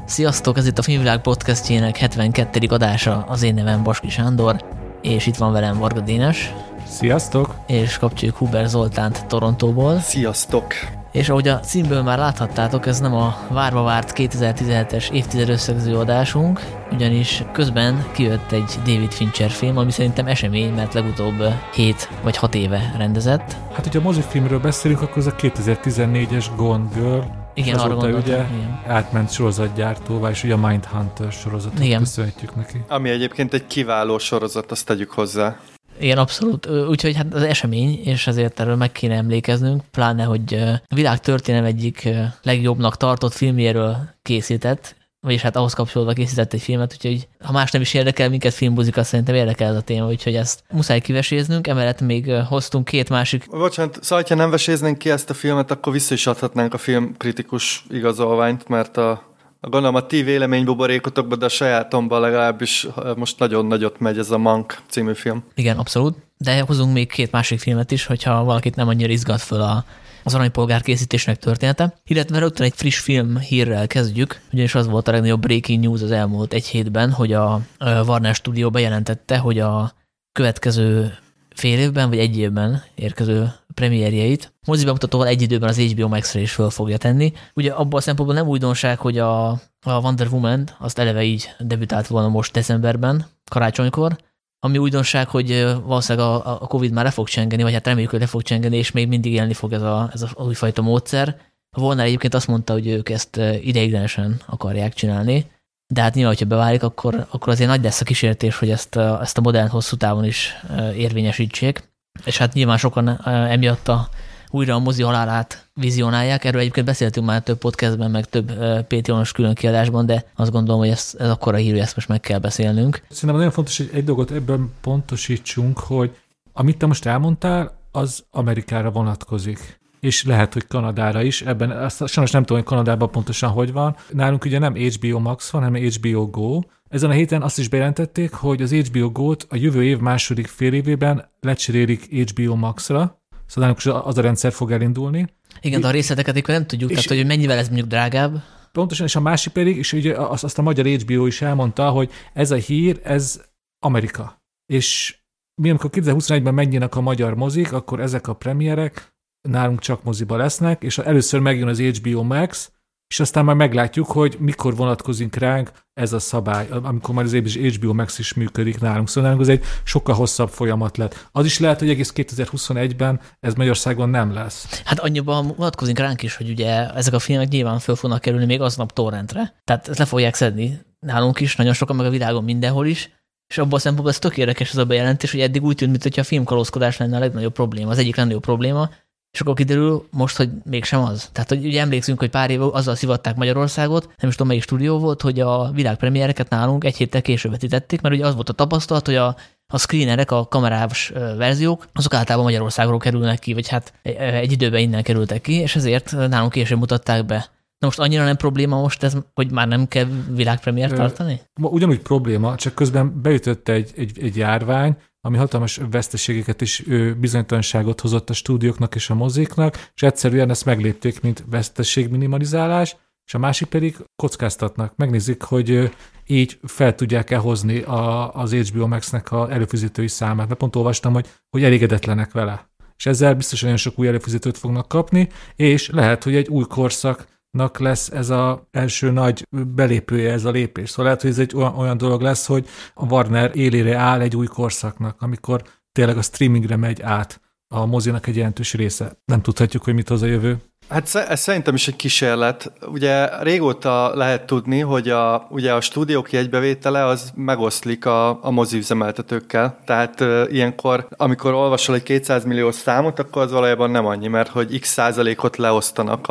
Sziasztok, ez itt a Filmvilág podcastjének 72. adása, az én nevem Baski Sándor, és itt van velem Varga Dénes. Sziasztok! És kapcsoljuk Huber Zoltánt Torontóból. Sziasztok! És ahogy a címből már láthattátok, ez nem a várva várt 2017-es évtized összegző adásunk, ugyanis közben kijött egy David Fincher film, ami szerintem esemény, mert legutóbb 7 vagy 6 éve rendezett. Hát, hogyha a mozifilmről beszélünk, akkor ez a 2014-es Gone Girl. Igen, arra gondoltam. Ugye átment sorozatgyártóvá, és ugye a Mindhunter sorozatot köszönhetjük neki. Ami egyébként egy kiváló sorozat, azt tegyük hozzá. Igen, abszolút. Úgyhogy hát az esemény, és ezért erről meg kéne emlékeznünk, pláne, hogy a világ történelem egyik legjobbnak tartott filmjéről készített, vagyis hát ahhoz kapcsolódva készített egy filmet, úgyhogy ha más nem is érdekel minket filmbuzika, szerintem érdekel ez a téma, úgyhogy ezt muszáj kiveséznünk, emellett még hoztunk két másik. Bocsánat, szóval ha nem veséznénk ki ezt a filmet, akkor vissza is adhatnánk a filmkritikus igazolványt, mert gondolom a ti véleménybuborékotokban, de a sajátomban legalábbis most nagyon nagyot megy ez a Mank című film. Igen, abszolút, de hozunk még két másik filmet is, hogyha valakit nem annyira izgat föl az Aranypolgár készítésnek története. Illetve rögtön egy friss film hírrel kezdjük, ugyanis az volt a legnagyobb breaking news az elmúlt egy hétben, hogy a Warner Studio bejelentette, hogy a következő fél évben vagy egy évben érkező premierjeit mozibemutatóval egy időben az HBO Max-re is föl fogja tenni. Ugye abban a szempontból nem újdonság, hogy a Wonder Woman azt eleve így debütált volna most decemberben, karácsonykor, ami újdonság, hogy valószínűleg a Covid már le fog csengeni, vagy hát reméljük, hogy le fog csengeni, és még mindig élni fog ez az újfajta módszer. A Warner egyébként azt mondta, hogy ők ezt ideiglenesen akarják csinálni, de hát nyilván, hogyha beválik, akkor azért nagy lesz a kísértés, hogy ezt a modellt hosszú távon is érvényesítsék. És hát nyilván sokan emiatt újra a mozi halálát vizionálják. Erről egyébként beszéltünk már több podcastben, meg több Patreon-os külön kiadásban, de azt gondolom, hogy ez akkora hír, hogy ezt most meg kell beszélnünk. Szerintem nagyon fontos, hogy egy dolgot ebben pontosítsunk, hogy amit te most elmondtál, az Amerikára vonatkozik. És lehet, hogy Kanadára is. Ebben azt sajnos nem tudom, hogy Kanadában pontosan hogy van. Nálunk ugye nem HBO Max van, hanem HBO Go. Ezen a héten azt is bejelentették, hogy az HBO Go-t a jövő év második fél évében lecserélik HBO Max-ra. Szóval nálunk az a rendszer fog elindulni. Igen, de a részleteket nem tudjuk, tehát hogy mennyivel ez mondjuk drágább. Pontosan, és a másik pedig, és ugye azt a magyar HBO is elmondta, hogy ez a hír, ez Amerika. És mi, amikor 2021-ben menjenek a magyar mozik, akkor ezek a premierek nálunk csak moziba lesznek, és először megjön az HBO Max, és aztán már meglátjuk, hogy mikor vonatkozik ránk ez a szabály, amikor már az HBO Max is működik nálunk. Szóval nálunk ez egy sokkal hosszabb folyamat lett. Az is lehet, hogy egész 2021-ben ez Magyarországon nem lesz. Hát annyiban vonatkozik ránk is, hogy ugye ezek a filmek nyilván föl fognak kerülni még aznap torrentre. Tehát ezt le fogják szedni nálunk is, nagyon sokan, meg a világon mindenhol is. És abban a szempontból ez tök érdekes ez a bejelentés, hogy eddig úgy tűnt, mintha a filmkalózkodás lenne a legnagyobb probléma, az egyik legnagyobb probléma, és akkor kiderül most, hogy mégsem az. Tehát, hogy ugye emlékszünk, hogy pár év azzal szivatták Magyarországot, nem is tudom, melyik stúdió volt, hogy a világpremiereket nálunk egy héttel később vetítették, mert ugye az volt a tapasztalat, hogy a screenerek, a kamerás verziók, azok általában Magyarországról kerülnek ki, vagy hát egy időben innen kerültek ki, és ezért nálunk később mutatták be. Na most annyira nem probléma most ez, hogy már nem kell világpremiért tartani? Ugyanúgy probléma, csak közben beütött egy járvány, ami hatalmas veszteségeket és bizonytalanságot hozott a stúdióknak és a moziknak, és egyszerűen ezt meglépték, mint veszteségminimalizálás, és a másik pedig kockáztatnak. Megnézik, hogy így fel tudják-e hozni az HBO Max-nek az előfizetői számát. Mert pont olvastam, hogy elégedetlenek vele. És ezzel biztos nagyon sok új előfizetőt fognak kapni, és lehet, hogy egy új korszaknak lesz ez az első nagy belépője, ez a lépés. Szóval lehet, hogy ez egy olyan dolog lesz, hogy a Warner élére áll egy új korszaknak, amikor tényleg a streamingre megy át a mozinak egy jelentős része. Nem tudhatjuk, hogy mit hoz a jövő. Hát ez szerintem is egy kísérlet. Ugye régóta lehet tudni, hogy ugye a stúdiók jegybevétele az megoszlik a moziüzemeltetőkkel. Tehát ilyenkor, amikor olvasol egy 200 milliós számot, akkor az valójában nem annyi, mert hogy x százalékot leosztanak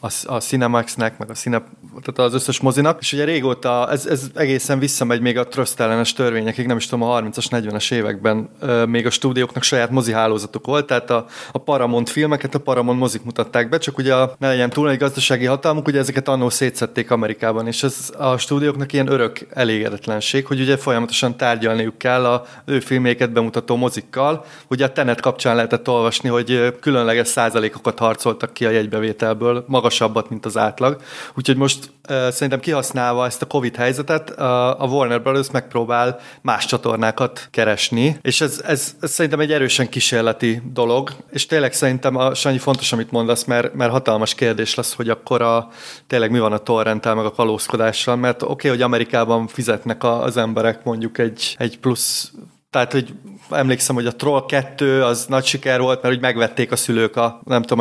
a Cinemaxnek, meg tehát az összes mozinak, és ugye régóta ez egészen visszamegy még a trösztellenes törvényekig, nem is tudom, a 30-as, 40-es években még a stúdióknak saját mozi hálózatuk volt, tehát a Paramount filmeket a Paramount mozik mutatták be, csak csak ugye ne legyen túl nagy gazdasági hatalmuk, ugye ezeket annól szétszették Amerikában, és ez a stúdióknak ilyen örök elégedetlenség, hogy ugye folyamatosan tárgyalniuk kell a ő filméket bemutató mozikkal. Ugye a Tenet kapcsán lehetett olvasni, hogy különleges százalékokat harcoltak ki a jegybevételből, magasabbat, mint az átlag. Úgyhogy most szerintem kihasználva ezt a Covid helyzetet, a Warner Brothers megpróbál más csatornákat keresni, és ez szerintem egy erősen kísérleti dolog, és tényleg szerintem Sanyi fontos, amit mondasz, mert hatalmas kérdés lesz, hogy akkor tényleg mi van a torrenttel, meg a kalózkodással, mert oké, hogy Amerikában fizetnek az emberek mondjuk egy plusz, tehát, hogy emlékszem, hogy a Troll 2 az nagy siker volt, mert úgy megvették a szülők a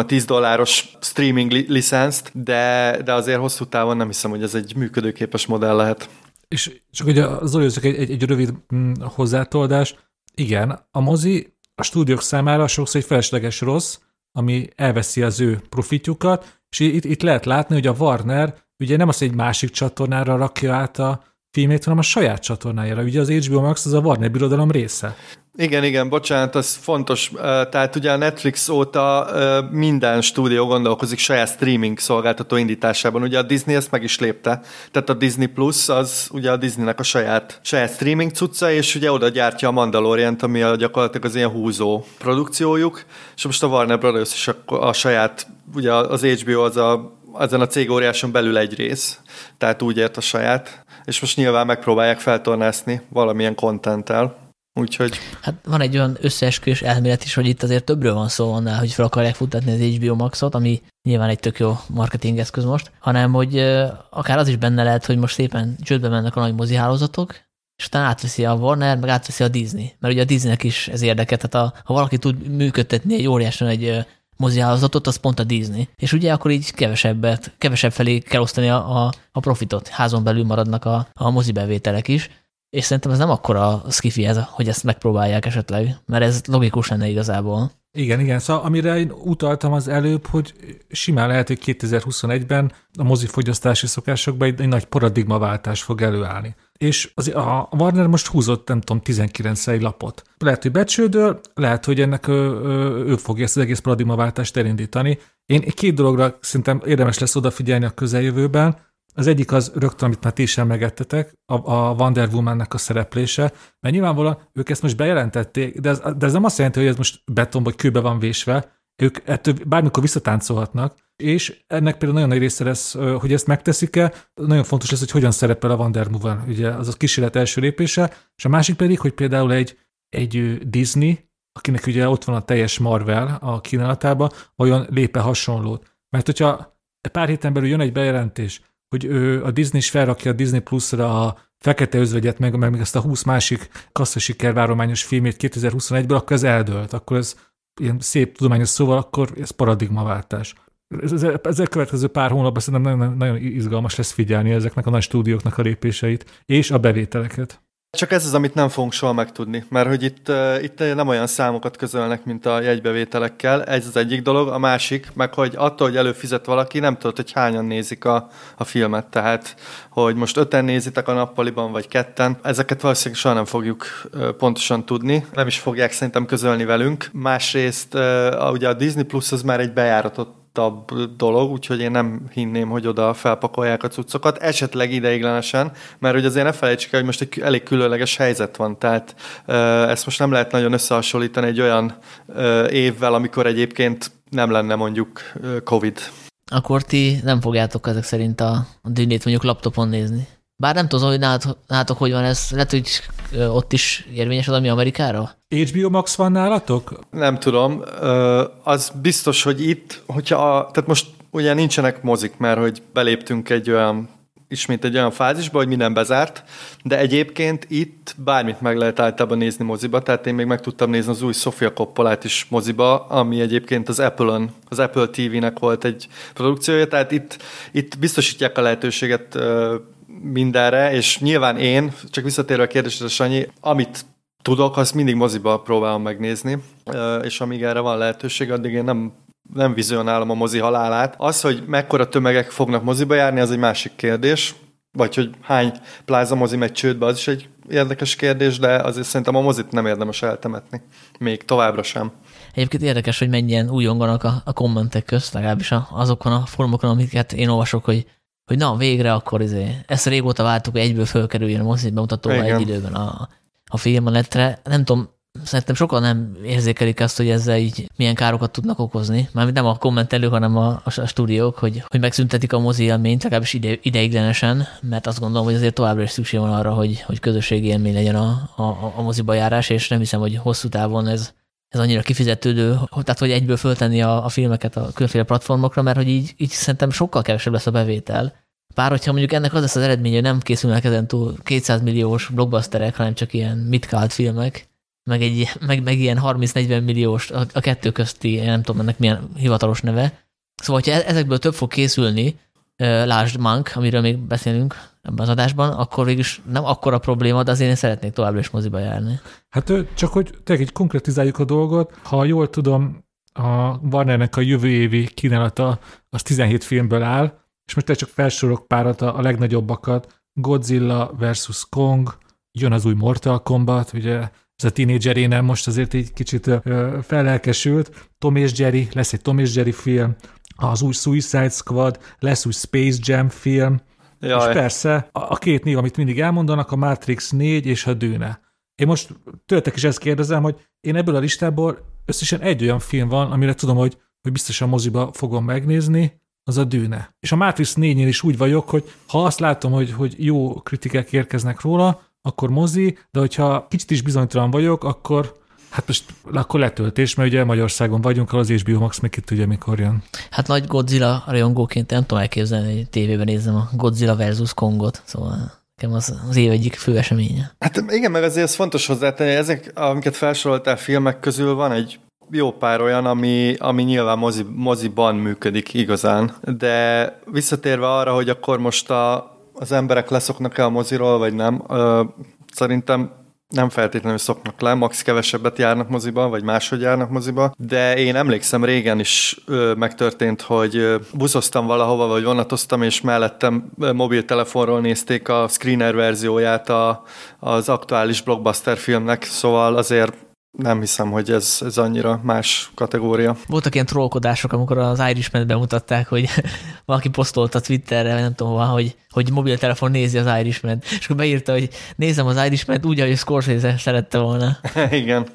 $10 streaming licenszt, de azért hosszú távon nem hiszem, hogy ez egy működőképes modell lehet. És csak ugye Zoli, egy rövid hozzátoldás. Igen, a mozi a stúdiók számára sokszor egy felesleges rossz, ami elveszi az ő profitjukat, és itt lehet látni, hogy a Warner ugye nem az egy másik csatornára rakja át a filmét, hanem a saját csatornájára. Ugye az HBO Max az a Warner birodalom része. Igen, bocsánat, az fontos. Tehát ugye a Netflix óta minden stúdió gondolkozik saját streaming szolgáltató indításában. Ugye a Disney ezt meg is lépte. Tehát a Disney Plus az ugye a Disneynek a saját streaming cucca, és ugye oda gyártja a Mandalorient, ami gyakorlatilag az ilyen húzó produkciójuk, és most a Warner Brothers is a saját, ugye az HBO az ezen a cégóriáson belül egy rész, tehát úgy ért a saját, és most nyilván megpróbálják feltornászni valamilyen contenttel. Úgyhogy... Hát van egy olyan összeesküvés elmélet is, hogy itt azért többről van szó annál, hogy fel akarják futtatni az HBO Maxot, ami nyilván egy tök jó marketing eszköz most, hanem hogy akár az is benne lehet, hogy most szépen csődbe mennek a nagy mozihálózatok, és utána átveszi a Warner, meg átveszi a Disney. Mert ugye a Disneynek is ez érdeke, tehát ha valaki tud működtetni egy óriásan egy mozihálózatot, az pont a Disney. És ugye akkor így kevesebb felé kell osztani a profitot. Házon belül maradnak a mozibevételek is. És szerintem ez nem akkora skifi ez, hogy ezt megpróbálják esetleg, mert ez logikus lenne igazából. Igen, szóval amire én utaltam az előbb, hogy simán lehet, hogy 2021-ben a mozifogyasztási szokásokban egy nagy paradigmaváltás fog előállni. És a Warner most húzott, nem tudom, 19 lapot. Lehet, hogy becsődöl, lehet, hogy ennek ő fogja ezt az egész paradigmaváltást elindítani. Én két dologra szerintem érdemes lesz odafigyelni a közeljövőben. Az egyik az rögtön, amit már ti is emlegettetek, a Wonder Woman-nek a szereplése, mert nyilvánvalóan ők ezt most bejelentették, de ez nem azt jelenti, hogy ez most betonba vagy kőbe van vésve, ők ettől bármikor visszatáncolhatnak, és ennek például nagyon nagy része lesz, hogy ezt megteszik-e, nagyon fontos lesz, hogy hogyan szerepel a Wonder Woman, ugye az a kísérlet első lépése, és a másik pedig, hogy például egy Disney, akinek ugye ott van a teljes Marvel a kínálatában, olyan lépe hasonlót. Mert hogyha pár héten belül jön egy bejelentés, hogy a Disney is felrakja a Disney Plus-ra a Fekete Özvegyet, meg még ezt a 20 másik kasszasikervárományos filmét 2021-ből, akkor ez eldőlt. Akkor ez ilyen szép tudományos szóval, akkor ez paradigmaváltás. Ezzel következő pár hónapban szerintem nagyon, nagyon izgalmas lesz figyelni ezeknek a nagy stúdióknak a lépéseit, és a bevételeket. Csak ez az, amit nem fogunk soha megtudni, mert hogy itt nem olyan számokat közölnek, mint a jegybevételekkel, ez az egyik dolog, a másik, meg hogy attól, hogy előfizet valaki, nem tudod, hogy hányan nézik a filmet, tehát hogy most 5-en nézitek a nappaliban, vagy 2-en, ezeket valószínűleg soha nem fogjuk pontosan tudni, nem is fogják szerintem közölni velünk. Másrészt ugye a Disney Plus az már egy bejáratott dolog, úgyhogy én nem hinném, hogy oda felpakolják a cuccokat, esetleg ideiglenesen, mert hogy azért ne felejtsük el, hogy most egy elég különleges helyzet van, tehát ezt most nem lehet nagyon összehasonlítani egy olyan évvel, amikor egyébként nem lenne mondjuk Covid. Akkor ti nem fogjátok ezek szerint a Disneyt mondjuk laptopon nézni. Bár nem tudom, hogy nálatok hogy van ez, lehet, hogy ott is érvényes az, ami Amerikára? HBO Max van nálatok? Nem tudom. Az biztos, hogy itt, tehát most ugye nincsenek mozik, mert hogy beléptünk ismét egy olyan fázisba, hogy minden bezárt, de egyébként itt bármit meg lehet általában nézni moziba, tehát én még meg tudtam nézni az új Sofia Coppolát is moziba, ami egyébként az Apple TV-nek volt egy produkciója, tehát itt biztosítják a lehetőséget mindenre, és nyilván én, csak visszatérve a kérdésre, Sanyi, amit tudok, azt mindig moziba próbálom megnézni, és amíg erre van lehetőség, addig én nem vizionálom a mozi halálát. Az, hogy mekkora tömegek fognak moziba járni, az egy másik kérdés, vagy hogy hány plázamozi megy csődbe, az is egy érdekes kérdés, de azért szerintem a mozit nem érdemes eltemetni. Még továbbra sem. Egyébként érdekes, hogy mennyien újonganak a kommentek közt, legalábbis azokon a formokon, amiket én olvasok, hogy na, végre akkor ezt régóta vártuk, hogy egyből fölkerüljön a mozi bemutatóba egy időben a film a netre. Nem tudom, szerintem sokan nem érzékelik azt, hogy ezzel így milyen károkat tudnak okozni. Mármint nem a kommentelők, hanem a stúdiók, hogy megszüntetik a mozi élményt, legalábbis ideiglenesen, mert azt gondolom, hogy azért továbbra is szükség van arra, hogy közösségi élmény legyen a moziba járás, és nem hiszem, hogy hosszú távon ez annyira kifizetődő, tehát hogy egyből föltenni a filmeket a különféle platformokra, mert hogy így szerintem sokkal kevesebb lesz a bevétel. Bár hogyha mondjuk ennek az lesz az eredménye, hogy nem készülnek ezen túl 200 milliós blockbusterek, hanem csak ilyen mid-cult filmek, meg ilyen 30-40 milliós a kettő közti, nem tudom ennek milyen hivatalos neve. Szóval, hogyha ezekből több fog készülni, lásd Monk, amiről még beszélünk ebben az adásban, akkor végülis nem akkora probléma, de azért én szeretnék továbbra is moziba járni. Hát csak hogy tényleg így konkretizáljuk a dolgot, ha jól tudom, a Warnernek a jövő évi kínálata az 17 filmből áll, és most csak felsorolok párat, a legnagyobbakat, Godzilla versus Kong, jön az új Mortal Kombat, ugye ez a tínédzser énem most azért egy kicsit fellelkesült, Tom és Jerry, lesz egy Tom és Jerry film, az új Suicide Squad, lesz új Space Jam film, Jaj. És persze a két név, amit mindig elmondanak, a Matrix 4 és a Dune. Én most tőletek is ezt kérdezem, hogy én ebből a listából összesen egy olyan film van, amire tudom, hogy biztosan moziba fogom megnézni, az a Dune. És a Matrix 4-nél is úgy vagyok, hogy ha azt látom, hogy jó kritikák érkeznek róla, akkor mozi, de hogyha kicsit is bizonytalan vagyok, akkor letöltés, mert ugye Magyarországon vagyunk, az HBO Max még ki tudja, mikor jön. Hát nagy Godzilla rajongóként nem tudom elképzelni, hogy tévében nézem a Godzilla versus Kongot, szóval nekem az év egyik fő eseménye. Hát igen, meg azért ez fontos hozzátenni, ezek, amiket felsoroltál filmek közül van egy jó pár olyan, ami nyilván moziban működik igazán, de visszatérve arra, hogy akkor most az emberek leszoknak-e a moziról, vagy nem, szerintem nem feltétlenül szoknak le, max kevesebbet járnak moziba, vagy máshogy járnak moziba, de én emlékszem, régen is megtörtént, hogy buszoztam valahova, vagy vonatoztam, és mellettem mobiltelefonról nézték a screener verzióját az aktuális blockbuster filmnek, szóval azért nem hiszem, hogy ez annyira más kategória. Voltak ilyen trollkodások, amikor az Irishman-t bemutatták, hogy valaki posztolta Twitterre, vagy nem tudom hova, hogy mobiltelefon nézi az Irishman-t, és akkor beírta, hogy nézem az Irishman-t úgy, ahogy Scorsese szerette volna. Igen.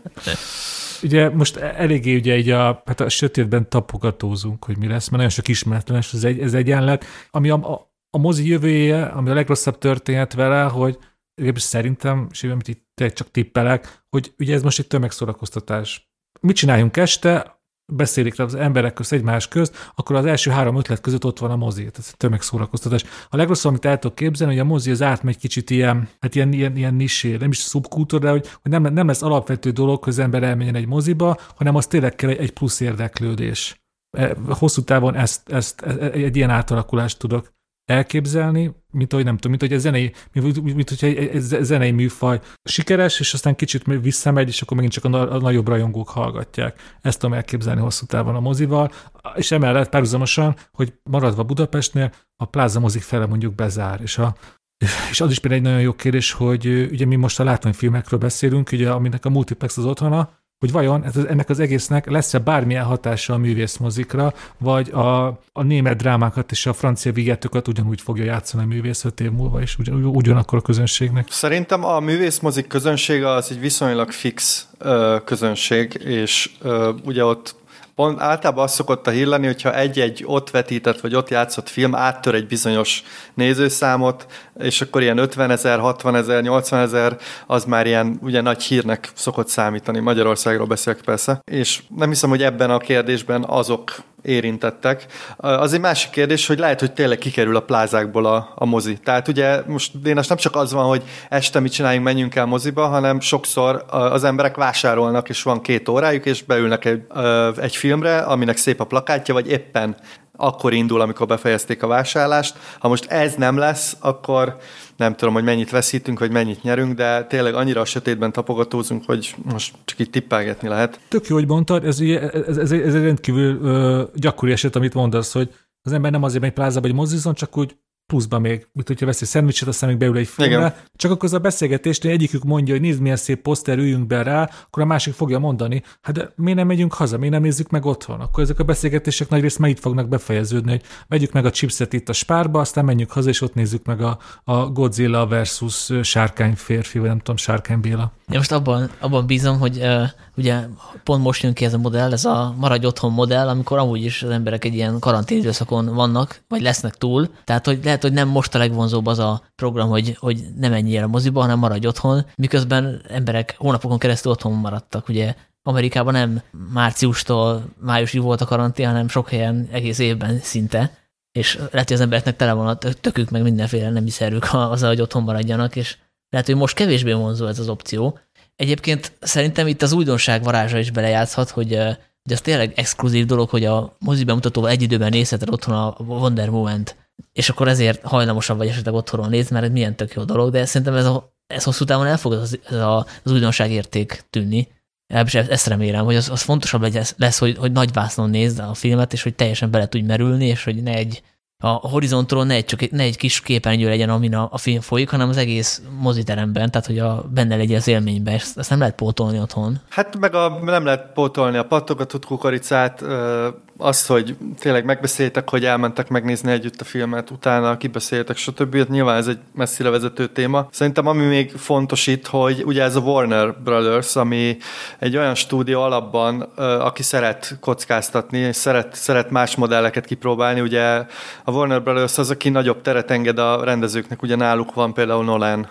Ugye most eléggé ugye így a sötétben tapogatózunk, hogy mi lesz, mert nagyon sok ismeretlenes ez egyenlet, ami a mozi jövője, ami a legrosszabb történet vele, hogy szerintem, és amit itt csak tippelek, hogy ugye ez most egy tömegszórakoztatás. Mit csináljunk este, beszélik az emberek közt, egymás közt, akkor az első 3 ötlet között ott van a mozi, tehát tömegszórakoztatás. A legrosszabb, amit el tudok képzelni, hogy a mozi az átmegy kicsit ilyen nisé, nem is szubkultúra, de hogy nem lesz alapvető dolog, hogy az ember elmenjen egy moziba, hanem az tényleg kell egy plusz érdeklődés. Hosszú távon ezt egy ilyen átalakulást tudok elképzelni, mint hogy nem tudom, mint hogyha egy zenei műfaj sikeres, és aztán kicsit visszamegy, és akkor megint csak a nagyobb rajongók hallgatják. Ezt tudom elképzelni hosszú távon a mozival, és emellett párhuzamosan, hogy maradva Budapestnél, a Pláza mozik fele mondjuk bezár, és az is például egy nagyon jó kérdés, hogy ugye mi most a látványfilmekről beszélünk, ugye, aminek a multiplex az otthona, hogy vajon ennek az egésznek lesz-e bármilyen hatása a művészmozikra, vagy a német drámákat és a francia vigyátokat ugyanúgy fogja játszani a művész 5 év múlva, és ugyanakkor a közönségnek. Szerintem a művészmozik közönsége az egy viszonylag fix közönség, és ugye ott általában az szokott a hír lenni, hogyha egy-egy ott vetített, vagy ott játszott film áttör egy bizonyos nézőszámot, és akkor ilyen 50 000, 60 000, 80 000, az már ilyen ugye nagy hírnek szokott számítani. Magyarországról beszélek persze. És nem hiszem, hogy ebben a kérdésben azok érintettek. Az egy másik kérdés, hogy lehet, hogy tényleg kikerül a plázákból a mozi. Tehát ugye most Dénes nem csak az van, hogy este mit csináljunk, menjünk el moziba, hanem sokszor az emberek vásárolnak, és van 2 órájuk, és beülnek egy filmre, aminek szép a plakátja, vagy éppen akkor indul, amikor befejezték a vásárlást. Ha most ez nem lesz, akkor nem tudom, hogy mennyit veszítünk, vagy mennyit nyerünk, de tényleg annyira a sötétben tapogatózunk, hogy most csak így tippelgetni lehet. Tök jó, hogy mondtad, ez egy rendkívül gyakori eset, amit mondasz, hogy az ember nem azért megy plázába, hogy mozizzon, csak úgy pluszban még, mint hogyha veszi szendvicset, aztán még beül egy filmre. Igen. Csak akkor az a beszélgetésnél egyikük mondja, hogy nézd, milyen szép poszter, üljünk be rá, akkor a másik fogja mondani, hát de miért nem megyünk haza, miért nem nézzük meg otthon? Akkor ezek a beszélgetések nagyrészt már itt fognak befejeződni, hogy vegyük meg a chipset itt a Spárba, aztán menjünk haza, és ott nézzük meg a Godzilla versus Sárkány férfi, vagy nem tudom, Sárkány Béla. Én most abban bízom, hogy ugye pont most jön ki ez a modell, ez a maradj otthon modell, amikor amúgy is az emberek egy ilyen karanténidőszakon vannak, vagy lesznek túl. Tehát, hogy lehet, hogy nem most a legvonzóbb az a program, hogy ne menjél a moziba, hanem maradj otthon, miközben emberek hónapokon keresztül otthon maradtak. Ugye Amerikában nem márciustól májusig volt a karantén, hanem sok helyen egész évben szinte. És lehet, hogy az embereknek tele van a tökük, meg mindenféle nemi szervük azzal, hogy otthon maradjanak, és lehet, hogy most kevésbé vonzó ez az opció. Egyébként szerintem itt az újdonság varázsa is belejátszhat, hogy ez tényleg exkluzív dolog, hogy a mozi bemutatóval egy időben nézheted otthon a Wonder Woman-t, és akkor ezért hajlamosabb vagy esetleg otthonról nézni, mert ez milyen tök jó dolog, de szerintem ez hosszú távon el fog az újdonságérték tűnni. Ezt remélem, hogy az fontosabb lesz, hogy nagy vásznon nézd a filmet, és hogy teljesen bele tudj merülni, és hogy a horizontról ne egy kis képernyő legyen, amin a film folyik, hanem az egész moziteremben, tehát hogy benne legyen az élményben, és ezt nem lehet pótolni otthon. Hát meg nem lehet pótolni a pattogatott kukoricát, azt, hogy tényleg megbeszéltek, hogy elmentek megnézni együtt a filmet, utána kibeszéltek, stb. Nyilván ez egy messzire vezető téma. Szerintem ami még fontos itt, hogy ugye ez a Warner Brothers, ami egy olyan stúdió alapban, aki szeret kockáztatni, és szeret más modelleket kipróbálni. Ugye a Warner Brothers az, aki nagyobb teret enged a rendezőknek, ugye náluk van például Nolan,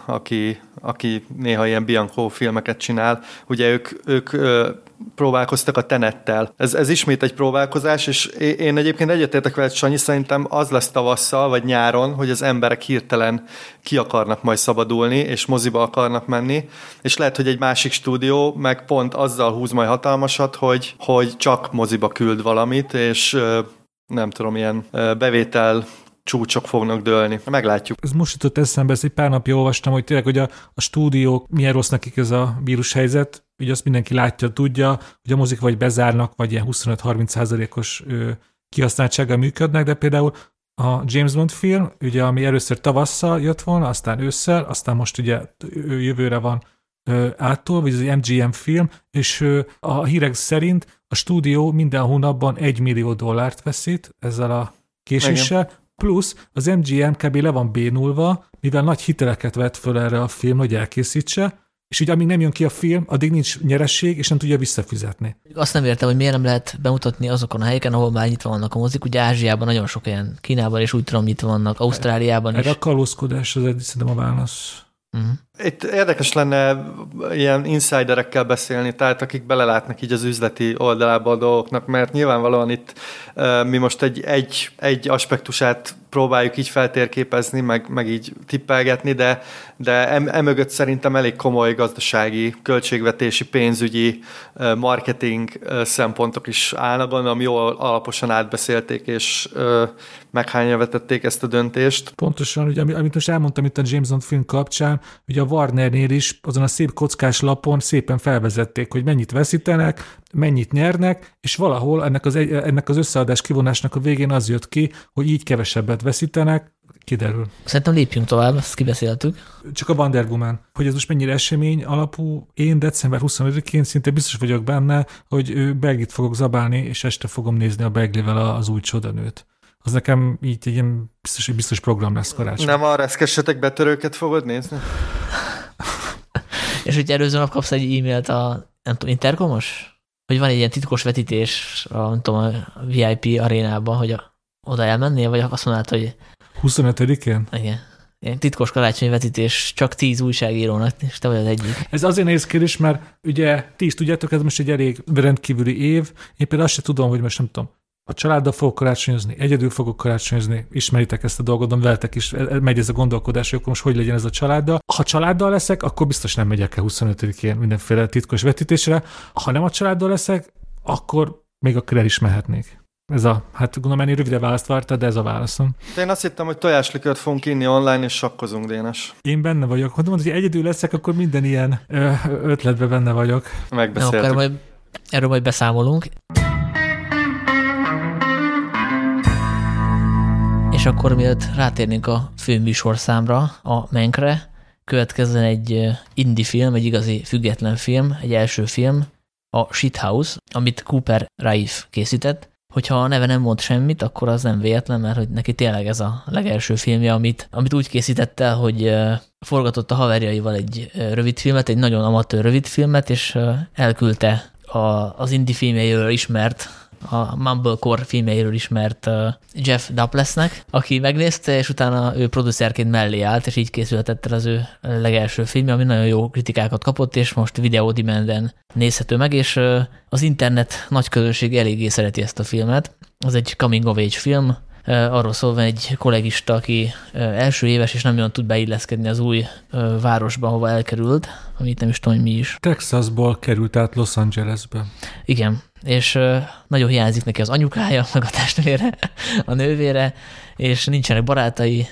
aki néha ilyen Bianco filmeket csinál. Ugye ők próbálkoztak a Tenettel. Ez ismét egy próbálkozás, és én egyébként egyetértek veled, Sanyi, szerintem az lesz tavasszal, vagy nyáron, hogy az emberek hirtelen ki akarnak majd szabadulni, és moziba akarnak menni, és lehet, hogy egy másik stúdió meg pont azzal húz majd hatalmasat, hogy csak moziba küld valamit, és nem tudom, ilyen bevétel csúcsok fognak dőlni. Meglátjuk. Ez most jutott eszembe, ezt egy pár napja olvastam, hogy tényleg, hogy a stúdiók milyen rossz nekik ez a vírushelyzet, ugye azt mindenki látja, tudja, hogy a mozik vagy bezárnak, vagy ilyen 25-30%-os kihasználtsággal működnek, de például a James Bond film, ugye, ami először tavasszal jött volna, aztán ősszel, aztán most ugye jövőre van áttól, vagy ez egy MGM film, és a hírek szerint a stúdió minden hónapban $1 millió veszít ezzel a késéssel, igen. Plusz az MGM kb. Le van bénulva, mivel nagy hiteleket vett föl erre a film, hogy elkészítse, és ugye amíg nem jön ki a film, addig nincs nyeresség, és nem tudja visszafizetni. Azt nem értem, hogy miért nem lehet bemutatni azokon a helyeken, ahol már nyitva vannak a mozik. Ugye Ázsiában nagyon sok ilyen, Kínában és úgy tudom nyitva vannak, Ausztráliában is. Erre a kalózkodás az szerintem a válasz. Uh-huh. Itt érdekes lenne ilyen insiderekkel beszélni, tehát akik belelátnak így az üzleti oldalába a dolgoknak, mert nyilvánvalóan itt mi most egy aspektusát próbáljuk így feltérképezni, meg így tippelgetni, de emögött szerintem elég komoly gazdasági, költségvetési, pénzügyi, marketing szempontok is állnak, gondolom jól alaposan átbeszélték, és meghányelvetették ezt a döntést. Pontosan, ugye, amit most elmondtam itt a James Bond film kapcsán, ugye a Warnernél is azon a szép kockás lapon szépen felvezették, hogy mennyit veszítenek, mennyit nyernek, és valahol ennek az összeadás kivonásnak a végén az jött ki, hogy így kevesebbet veszítenek, kiderül. Szerintem lépjünk tovább, ezt kibeszéltük. Csak a Wonder Woman, hogy ez most mennyire esemény alapú, én december 25-én szinte biztos vagyok benne, hogy Beglit fogok zabálni, és este fogom nézni a Beglivel az új csodanőt. Az nekem így egy ilyen biztos program lesz karácsony. Nem a reszkessetek betörőket fogod nézni? És hogy előző nap kapsz egy e-mailt nem tudom, Intercomos? Hogy van egy ilyen titkos vetítés nem tudom, a VIP arénában, hogy oda elmennél, vagy azt mondod, hogy 25-én? Igen. Ilyen titkos karácsonyi vetítés csak 10 újságírónak, és te vagy az egyik. Ez azért nehéz kérdés, mert ugye ti is tudjátok, ez most egy elég rendkívüli év. Én például azt sem tudom, hogy most nem tudom, a családdal fogok karácsonyozni, egyedül fogok karácsonyozni, ismeritek ezt a dolgot, veletek is megy ez a gondolkodás, hogy akkor most hogy legyen ez a családdal. Ha családdal leszek, akkor biztos nem megyek el 25-én mindenféle titkos vetítésre. Ha nem a családdal leszek, akkor még akár el is mehetnék. Hát gondolom ennél rövide választ vártad, de ez a válaszom. Én azt hittem, hogy tojáslikört fogunk inni online, és sakkozunk, Dénes. Én benne vagyok. Ha mondod, hogy egyedül leszek, akkor minden ilyen ötletben benne vagyok. Megbeszéltük. Erről majd beszámolunk. És akkor mielőtt rátérnénk a főműsorszámra, a Mankre, következzen egy indie film, egy igazi független film, egy első film, a Shithouse, amit Cooper Raiff készített. Hogyha a neve nem mond semmit, akkor az nem véletlen, mert hogy neki tényleg ez a legelső filmje, amit úgy készített el, hogy forgatott a haverjaival egy rövidfilmet, egy nagyon amatőr rövidfilmet, és elküldte az indie filmjeiről ismert, a Mumblecore filmjeiről ismert Jeff Duplessnek, aki megnézte, és utána ő producerként mellé állt, és így készülhetett el az ő legelső filmje, ami nagyon jó kritikákat kapott, és most Video Demand-en nézhető meg, és az internet nagy közönség eléggé szereti ezt a filmet. Az egy coming of age film, arról szól, van egy kollégista, aki első éves, és nem nagyon tud beilleszkedni az új városba, hova elkerült, amit nem is tudom, hogy mi is. Texasból került át Los Angelesbe. Igen, és nagyon hiányzik neki az anyukája, meg a testvére, a nővére, és nincsenek barátai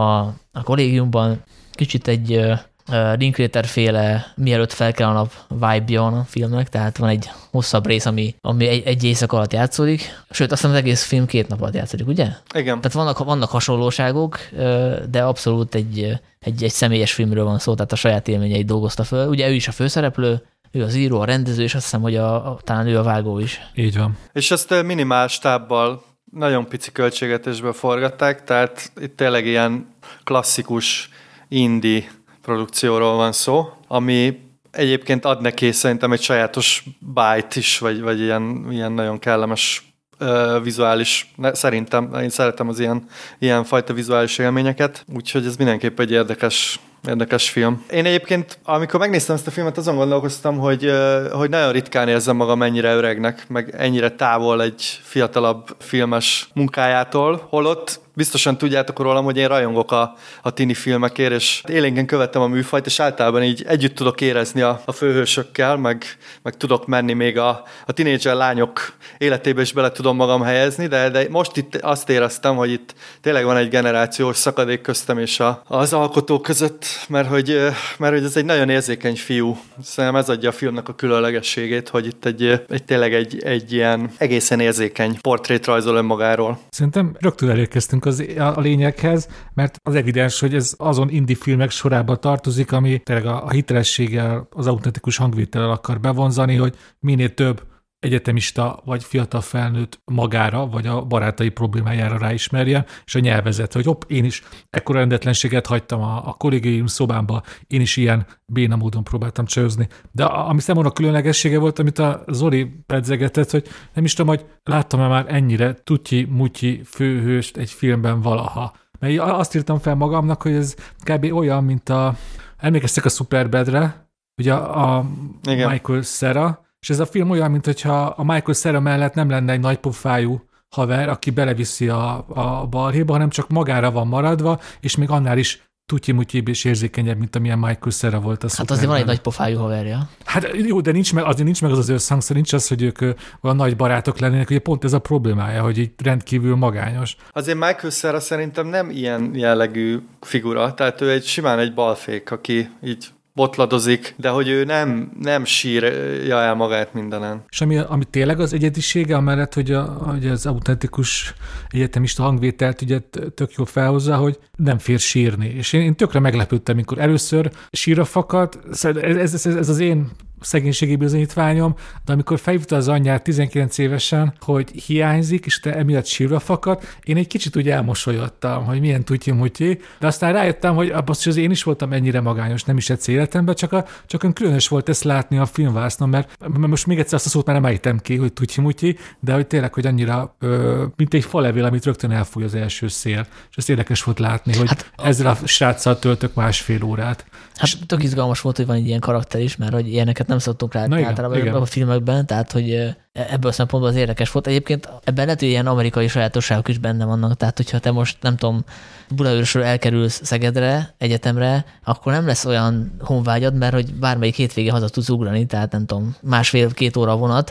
a kollégiumban. Kicsit egy Linklater-féle mielőtt fel kell a nap vibe a filmnek, tehát van egy hosszabb rész, ami egy éjszak alatt játszódik, sőt, azt hiszem az egész film 2 nap alatt játszódik, ugye? Igen. Tehát vannak hasonlóságok, de abszolút egy személyes filmről van szó, tehát a saját élményeit dolgozta föl. Ugye ő is a főszereplő, ő az író, a rendező, és azt hiszem, hogy talán ő a vágó is. Így van. És ezt minimál stábbal, nagyon pici költségvetésből forgatták, tehát itt tényleg ilyen klasszikus indie produkcióról van szó, ami egyébként ad neki szerintem egy sajátos bite is, vagy ilyen nagyon kellemes vizuális, szerintem, én szeretem az ilyen fajta vizuális élményeket, úgyhogy ez mindenképp egy érdekes film. Én egyébként, amikor megnéztem ezt a filmet, azon gondolkoztam, hogy nagyon ritkán érzem magam ennyire öregnek, meg ennyire távol egy fiatalabb filmes munkájától, holott biztosan tudjátok rólam, hogy én rajongok a tini filmekért, és élénken követtem a műfajt, és általában így együtt tudok érezni a főhősökkel, meg tudok menni még a tinédzser lányok életébe is bele tudom magam helyezni, de most itt azt éreztem, hogy itt tényleg van egy generációs szakadék köztem és az alkotók között, mert hogy ez egy nagyon érzékeny fiú. Szerintem ez adja a filmnek a különlegességét, hogy itt tényleg egy ilyen egészen érzékeny portrét rajzol önmagáról. Szerintem rögtön elérkeztünk a lényeghez, mert az evidens, hogy ez azon indie filmek sorába tartozik, ami tényleg a hitelességgel, az autentikus hangvétellel akar bevonzani, hogy minél több egyetemista vagy fiatal felnőtt magára, vagy a barátai problémájára ráismerjen, és a nyelvezet, hogy hopp, én is ekkora rendetlenséget hagytam a kollégium szobámba, én is ilyen béna módon próbáltam csajozni. De ami számomra különlegessége volt, amit a Zoli pedzegetett, hogy nem is tudom, hogy láttam-e már ennyire tutyi-mutyi főhőst egy filmben valaha. Mert azt írtam fel magamnak, hogy ez kb. Olyan, mint emlékeztek a Superbadre, ugye a Michael Cera, és ez a film olyan, mintha a Michael Cera mellett nem lenne egy nagypofájú haver, aki beleviszi a balhéba, hanem csak magára van maradva, és még annál is tutyi-mutyibb és érzékenyebb, mint amilyen Michael Cera volt a Hát azért van egy nagypofájú haverja. Hát jó, de nincs meg az összhangszor, nincs az, hogy ők olyan nagy barátok lennének, ugye pont ez a problémája, hogy így rendkívül magányos. Azért Michael Cera szerintem nem ilyen jellegű figura, tehát ő simán egy balfék, aki így botladozik, de hogy ő nem sírja el magát mindenen. És ami tényleg az egyedisége, amellett, hogy az autentikus egyetemista hangvételt ugye tök jól felhozza, hogy nem fér sírni. És én tökre meglepődtem, amikor először sírra fakadt. Ez az én szegénységi bizonyítványom, de amikor felhívta az anyját 19 évesen, hogy hiányzik, és te emiatt sírva fakadt, én egy kicsit úgy elmosolyodtam, hogy milyen tutyi-mutyi, de aztán rájöttem, hogy az én is voltam ennyire magányos, nem is egyszer életemben, csak különös volt ezt látni a filmvásznon, mert most még egyszer azt a szót már nem ejtem ki, hogy tutyi-mutyi, de hogy tényleg, hogy annyira, mint egy falevél, amit rögtön elfúj az első szél. És ezt érdekes volt látni, hogy ezzel a sráccal töltök 1,5 órát. Hát tök izgalmas volt, hogy van egy ilyen karakter is, mert hogy ilyeneket nem szoktunk látni általában a filmekben, tehát hogy ebből a szempontból az érdekes volt. Egyébként ebben lehet, hogy ilyen amerikai sajátosságok is benne vannak, tehát hogyha te most, nem tudom, Budaörsről elkerülsz Szegedre, egyetemre, akkor nem lesz olyan honvágyad, mert hogy bármelyik hétvégén haza tudsz ugrani, tehát nem tudom, 1,5-2 óra vonat,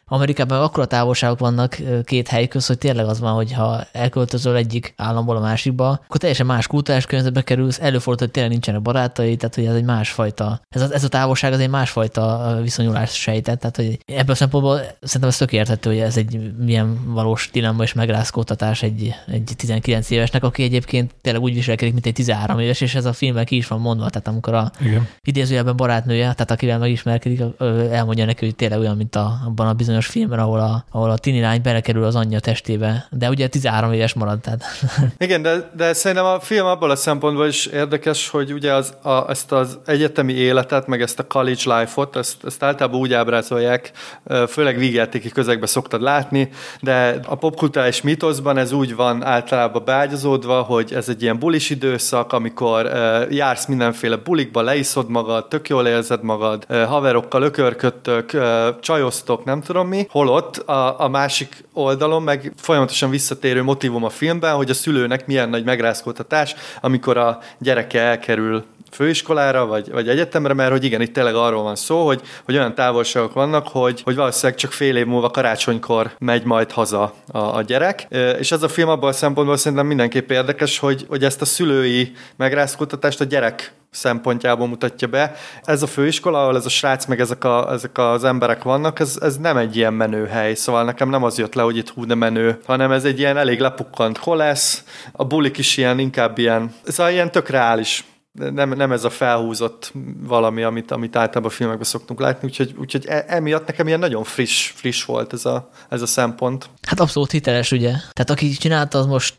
Amerikában akkora távolságok vannak két hely közt, hogy tényleg az van, hogy ha elköltözöl egyik államból a másikba, akkor teljesen más kulturális környezetbe kerülsz, előfordul, hogy tényleg nincsenek barátai, tehát hogy ez egy másfajta, ez a távolság az egy másfajta viszonyulás sejtett, tehát hogy ebből a szempontból szerintem ez tök érthető, hogy ez egy milyen valós dilemma és megrázkódtatás egy 19 évesnek, aki egyébként tényleg úgy viselkedik, mint egy 13 éves, és ez a filmben ki is van mondva, tehát amikor a idézőjelben barátnője, tehát akivel megismerkedik, elmondja neki, hogy tényleg olyan, mint abban a bizonyos filmben, ahol a tini lány belekerül az anyja testébe, de ugye 13 éves marad. Tehát. Igen, de szerintem a film abból a szempontból is érdekes, hogy ugye ezt az egyetemi életet, meg ezt a college life-ot, ezt általában úgy ábrázolják, főleg vígjátéki közegben szoktad látni, de a popkulturális mítoszban ez úgy van általában beágyazódva, hogy ez egy ilyen bulis időszak, amikor jársz mindenféle bulikba, leiszod magad, tök jól érzed magad, haverokkal ökörködtök, csajoztok, nem tudom mi, holott a másik oldalon meg folyamatosan visszatérő motívum a filmben, hogy a szülőnek milyen nagy megrázkódtatás, amikor a gyereke elkerül főiskolára, vagy egyetemre, mert hogy igen, itt tényleg arról van szó, hogy olyan távolságok vannak, hogy valószínűleg csak fél év múlva karácsonykor megy majd haza a gyerek. És ez a film abban a szempontból szerintem mindenképp érdekes, hogy ezt a szülői megrázkódtatást a gyerek szempontjából mutatja be. Ez a főiskola, ahol ez a srác, meg ezek az emberek vannak, ez nem egy ilyen menő hely, szóval nekem nem az jött le, hogy itt hú de menő, hanem ez egy ilyen elég lepukkant kolesz, a bulik is ilyen, inkább ilyen, szóval ilyen tök reális. Nem ez a felhúzott valami, amit általában a filmekben szoktunk látni, úgyhogy emiatt nekem ilyen nagyon friss volt ez a szempont. Hát abszolút hiteles, ugye? Tehát aki csinálta, az most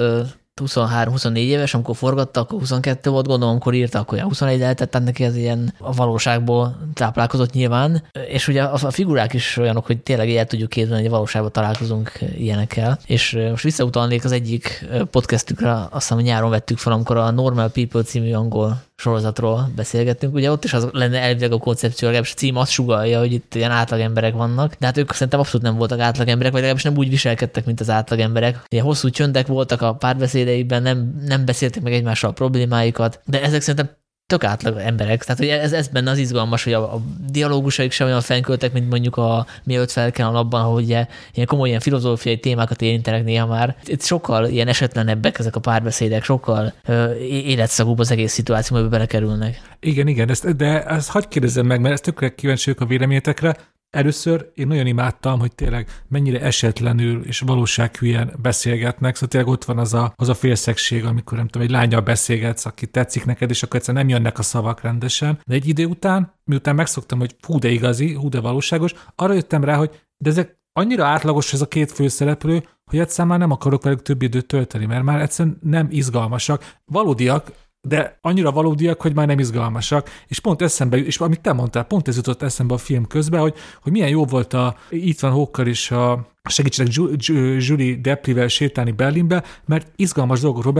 23-24 éves, amikor forgatta, akkor 22 volt, gondolom, amikor írta, akkor 21 lehetett, tehát neki ez ilyen a valóságból táplálkozott nyilván, és ugye a figurák is olyanok, hogy tényleg el tudjuk képzelni, hogy valóságban találkozunk ilyenekkel, és most visszautalnék az egyik podcastükre, azt hiszem, nyáron vettük fel, amikor a Normal People című angol sorozatról beszélgettünk, ugye ott is az lenne elvileg a koncepció, legalábbis a cím azt sugallja, hogy itt ilyen átlagemberek vannak, de hát ők szerintem abszolút nem voltak átlagemberek, vagy legalábbis nem úgy viselkedtek, mint az átlagemberek. Ilyen hosszú csöndek voltak a párbeszédeikben, nem beszéltek meg egymással a problémáikat, de ezek szerintem tök átlag emberek. Tehát, hogy ez benne az izgalmas, hogy a dialógusaik sem olyan fennköltek, mint mondjuk a Mielőtt fel kell abban, hogy ilyen komoly ilyen filozófiai témákat érintenek néha már. Itt sokkal ilyen esetlenebbek ezek a párbeszédek, sokkal életszagúbb az egész szituáció, amiben belekerülnek. Igen, de ezt hadd kérdezzem meg, mert ezt tökre kíváncsi vagyok a véleményetekre. Először én nagyon imádtam, hogy tényleg mennyire esetlenül és valósághűen beszélgetnek, szóval tényleg ott van az a félszegség, amikor nem tudom, egy lánnyal beszélgetsz, aki tetszik neked, és akkor egyszerűen nem jönnek a szavak rendesen. De egy idő után, miután megszoktam, hogy hú de igazi, hú de valóságos, arra jöttem rá, hogy de ezek annyira átlagos ez a két főszereplő, hogy egyszerűen már nem akarok velük több időt tölteni, mert már egyszerűen nem izgalmasak. Valódiak, de annyira valódiak, hogy már nem izgalmasak, és pont eszembe, és amit te mondtál, pont ez jutott eszembe a film közben, hogy milyen jó volt Ethan Hawke-kal is segítsenek Julie Deprivel sétálni Berlinbe, mert izgalmas dolgokról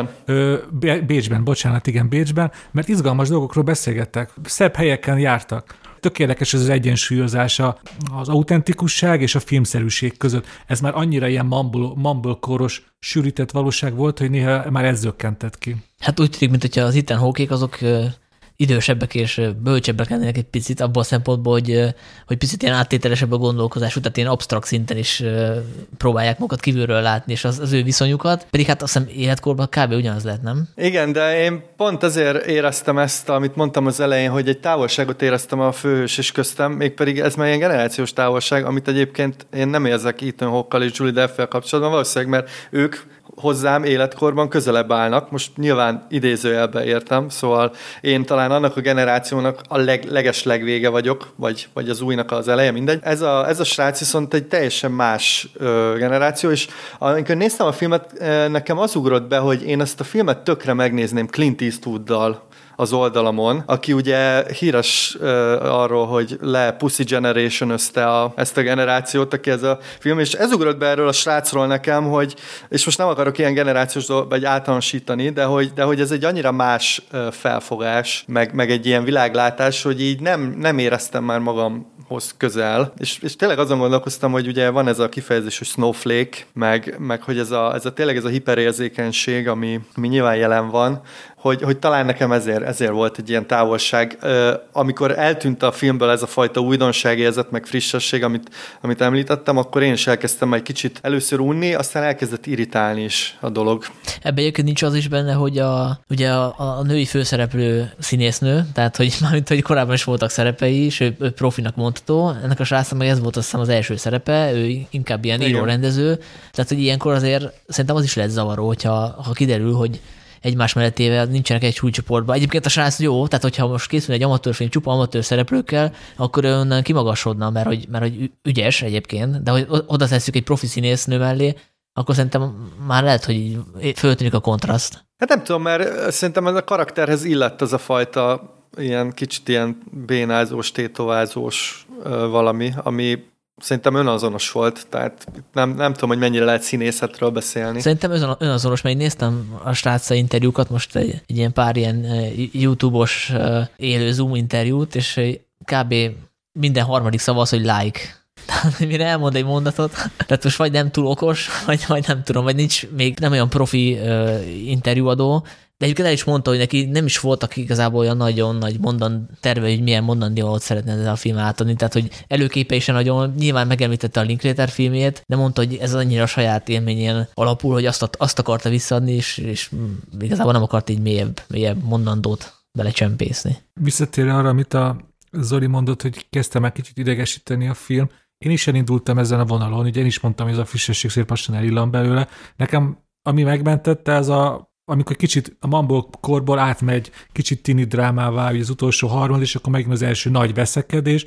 Bécsben, mert izgalmas dolgokról beszélgettek, szebb helyeken jártak. Tök érdekes ez az egyensúlyozása az autentikusság és a filmszerűség között. Ez már annyira ilyen mumblecore-os sűrített valóság volt, hogy néha már ez zökkentett ki. Hát úgy tűnik, mint hogyha az Ethan Hawke-ék azok idősebbek és bölcsebbek lennének egy picit, abban a szempontból, hogy picit ilyen áttételesebb a gondolkozás, tehát ilyen absztrakt szinten is próbálják magukat kívülről látni, és az ő viszonyukat, pedig hát azt hiszem életkorban kb. Ugyanaz lehet, nem? Igen, de én pont azért éreztem ezt, amit mondtam az elején, hogy egy távolságot éreztem a főhős és köztem, mégpedig ez már ilyen generációs távolság, amit egyébként én nem érzek Ethan Hawke-kal és Julie Delphi-vel kapcsolatban, valószínűleg, mert ők hozzám életkorban közelebb állnak. Most nyilván idézőjelbe értem, szóval én talán annak a generációnak a legeslegvége vagyok, vagy az újnak az eleje, mindegy. Ez a srác viszont egy teljesen más generáció, és amikor néztem a filmet, nekem az ugrott be, hogy én ezt a filmet tökre megnézném Clint Eastwooddal az oldalamon, aki ugye híres arról, hogy Pussy Generation-özte ezt a generációt, aki ez a film, és ez ugrott be erről a srácról nekem, hogy, és most nem akarok ilyen generációs vagy általánosítani, de hogy ez egy annyira más felfogás, meg egy ilyen világlátás, hogy így nem éreztem már magamhoz közel, és tényleg azon gondolkoztam, hogy ugye van ez a kifejezés, hogy snowflake, meg hogy ez a tényleg ez a hiperérzékenység, ami nyilván jelen van, hogy talán nekem ezért volt egy ilyen távolság. Amikor eltűnt a filmből ez a fajta újdonságérzet, meg frissesség, amit említettem, akkor én is elkezdtem egy kicsit először unni, aztán elkezdett irritálni is a dolog. Ebben egyébként nincs az is benne, hogy ugye a női főszereplő színésznő, tehát hogy mármint, hogy korábban is voltak szerepei is, ő profinak mondható, ennek a srácnak meg ez volt azt hiszem az első szerepe, ő inkább ilyen író-rendező, tehát hogy ilyenkor azért szerintem az is lehet zavaró, ha kiderül, hogy egymás mellettével nincsenek egy súlycsoportban. Egyébként a srác jó, tehát hogyha most készül egy amatőrfilm csupa amatőr szereplőkkel, akkor onnan kimagasodna, mert hogy ügyes egyébként, de hogy oda tesszük egy profi színésznő mellé, akkor szerintem már lehet, hogy föltűnik a kontraszt. Hát nem tudom, mert szerintem ez a karakterhez illett az a fajta kicsit ilyen bénázós, tétovázós valami, ami szerintem önazonos volt, tehát nem tudom, hogy mennyire lehet színészetről beszélni. Szerintem önazonos, mert én néztem a sráccal interjúkat, most egy ilyen pár ilyen YouTube-os élő Zoom interjút, és kb. Minden harmadik szava az, hogy like. Tehát mire elmond egy mondatot, tehát most vagy nem túl okos, vagy nem tudom, vagy nincs még nem olyan profi interjúadó, de egyébként el is mondta, hogy neki nem is voltak igazából olyan nagyon nagy terve, hogy milyen mondandót szeretne ezzel a film átadni, tehát hogy előképe is nagyon, nyilván megemlítette a Linklater filmjét, de mondta, hogy ez annyira saját élményén alapul, hogy azt akarta visszaadni, és igazából nem akart így mélyebb mondandót belecsempészni. Visszatérve arra, amit a Zoli mondott, hogy kezdte már kicsit idegesíteni a film, én is elindultam ezen a vonalon, ugye én is mondtam, hogy ez a frissesség szép lassan elillan belőle. Nekem, ami megmentette, ez amikor kicsit a Mumble korból átmegy kicsit tini drámává, az utolsó harmad, és akkor megint az első nagy veszekedés,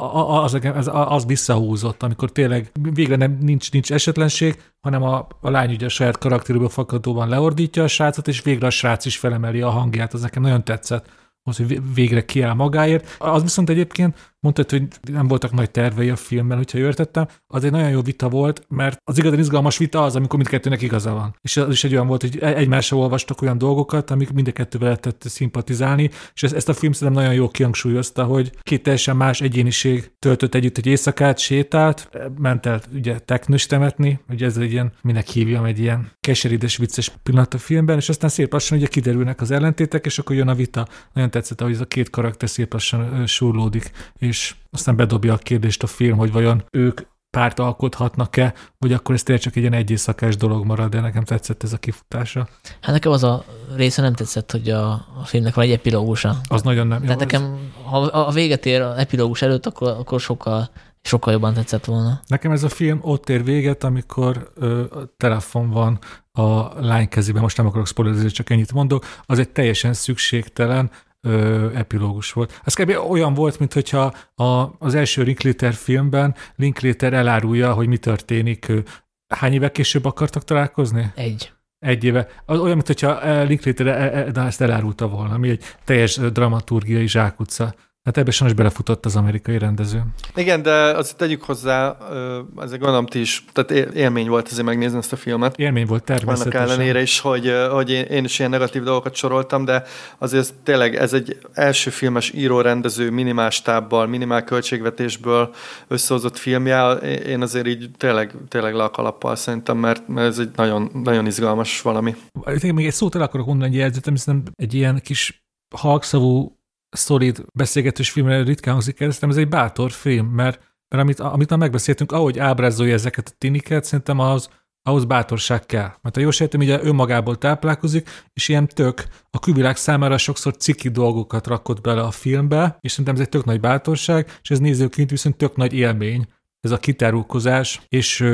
az visszahúzott, amikor tényleg végre nincs esetlenség, hanem a lány ugye a saját karakteréből fakadóban leordítja a srácot, és végre a srác is felemeli a hangját, az nekem nagyon tetszett, hogy végre kiáll magáért. Az viszont egyébként mondtad, hogy nem voltak nagy tervei a filmben, hogyha értettem, az egy nagyon jó vita volt, mert az igazán izgalmas vita az, amikor mindkettőnek igaza van. És az is egy olyan volt, hogy egymásra olvastak olyan dolgokat, amik mind a kettővel lehetett szimpatizálni, és ezt a film szerintem nagyon jól kihangsúlyozta, hogy két teljesen más egyéniség töltött együtt egy éjszakát, sétált, ment el ugye teknős temetni, ugye ez egy ilyen, minek hívjam, egy ilyen keserédes, vicces pillanat a filmben, és aztán szép lassan ugye kiderülnek az ellentétek, és akkor jön a vita. Nagyon tetszett, hogy ez a két karakter szép lassan súrlódik, és aztán bedobja a kérdést a film, hogy vajon ők párt alkothatnak-e, vagy akkor ez tényleg csak egy ilyen egyészakás dolog marad, de nekem tetszett ez a kifutása. Hát nekem az a része nem tetszett, hogy a filmnek van egy epilógusa. Az nagyon nem jó. Tehát nekem, ha a véget ér az epilógus előtt, akkor sokkal jobban tetszett volna. Nekem ez a film ott ér véget, amikor a telefon van a lány kezében, most nem akarok spoilerezni, csak ennyit mondok, az egy teljesen szükségtelen epilógus volt. Ez kb. Olyan volt, mintha az első Linklater filmben Linklater elárulja, hogy mi történik. Hány évvel később akartak találkozni? Egy éve. Olyan, mintha Linklater ezt elárulta volna, ami egy teljes dramaturgiai zsákutca. Hát ebbe sajnos belefutott az amerikai rendező. Igen, de azt tegyük hozzá, ezért gondolom ti is, tehát élmény volt azért megnézni ezt a filmet. Élmény volt természetesen. Annak ellenére is, hogy én is ilyen negatív dolgokat soroltam, de azért tényleg ez egy első filmes író-rendező minimál stábbal, minimál költségvetésből összehozott filmje. Én azért így tényleg le a kalappal szerintem, mert ez egy nagyon, nagyon izgalmas valami. Még egy szót el akarok mondani egy jegyzetem, hiszen egy ilyen kis halkszavú szolid beszélgetős filmre ritkán hangzik el, ez egy bátor film, mert amit már megbeszéltünk, ahogy ábrázolja ezeket a tiniket, szerintem ahhoz bátorság kell. Mert a jó sejtem, ugye önmagából táplálkozik, és ilyen tök a külvilág számára sokszor ciki dolgokat rakott bele a filmbe, és szerintem ez egy tök nagy bátorság, és ez nézőként viszont tök nagy élmény, ez a kitárulkozás, és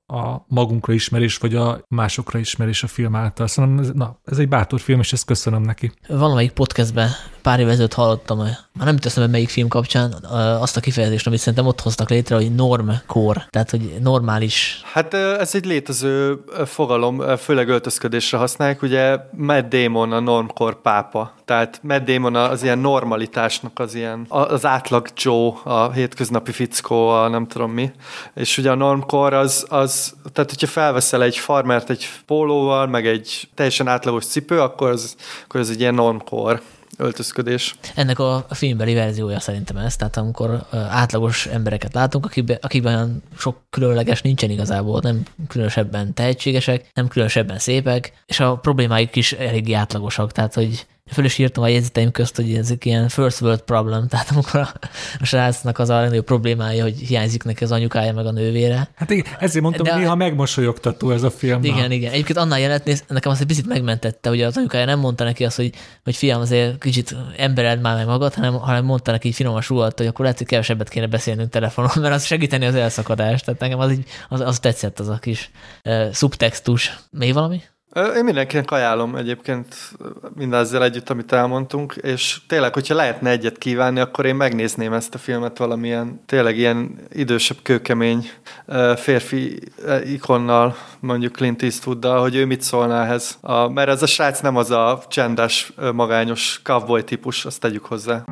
a magunkra ismerés, vagy a másokra ismerés a film által. Szóval ez egy bátor film, és ezt köszönöm neki. Valamelyik podcastben pár évvel ezelőtt hallottam, már nem teszem, melyik film kapcsán, azt a kifejezést, amit szerintem ott hoztak létre, hogy normcore, tehát hogy normális. Hát ez egy létező fogalom, főleg öltözködésre használják, ugye Matt Damon a normcore pápa, tehát Matt Damon az ilyen normalitásnak az átlag Joe, a hétköznapi fickó, a nem tudom mi, és ugye a normcore az tehát hogyha felveszel egy farmert egy pólóval, meg egy teljesen átlagos cipő, akkor ez egy ilyen normcore öltözködés. Ennek a filmbeli verziója szerintem ez, tehát amikor átlagos embereket látunk, akikben olyan sok különleges nincsen igazából, nem különösebben tehetségesek, nem különösebben szépek, és a problémáik is eléggé átlagosak, tehát hogy föl is írtam a jegyzeteim közt, hogy ezek ilyen first world problem, tehát amikor a srácnak az a legnagyobb problémája, hogy hiányzik neki az anyukája meg a nővére. Hát igen, ezért mondtam, hogy néha megmosolyogtató ez a film. Igen. Egyébként annál jelent, nekem azt egy picit megmentette, hogy az anyukája nem mondta neki azt, hogy fiam, azért kicsit embereld már meg magad, hanem mondta neki így finoman súgott, hogy akkor lehet, hogy kevesebbet kéne beszélnünk telefonon, mert az segíteni az elszakadást. Tehát nekem az tetszett, az a kis szubtextus. Még valami? Én mindenkinek ajánlom egyébként mindezzel együtt, amit elmondtunk, és tényleg, hogyha lehetne egyet kívánni, akkor én megnézném ezt a filmet valamilyen tényleg ilyen idősebb, kőkemény férfi ikonnal, mondjuk Clint Eastwooddal, hogy ő mit szólna ehhez. Mert ez a srác nem az a csendes, magányos cowboy típus, azt tegyük hozzá.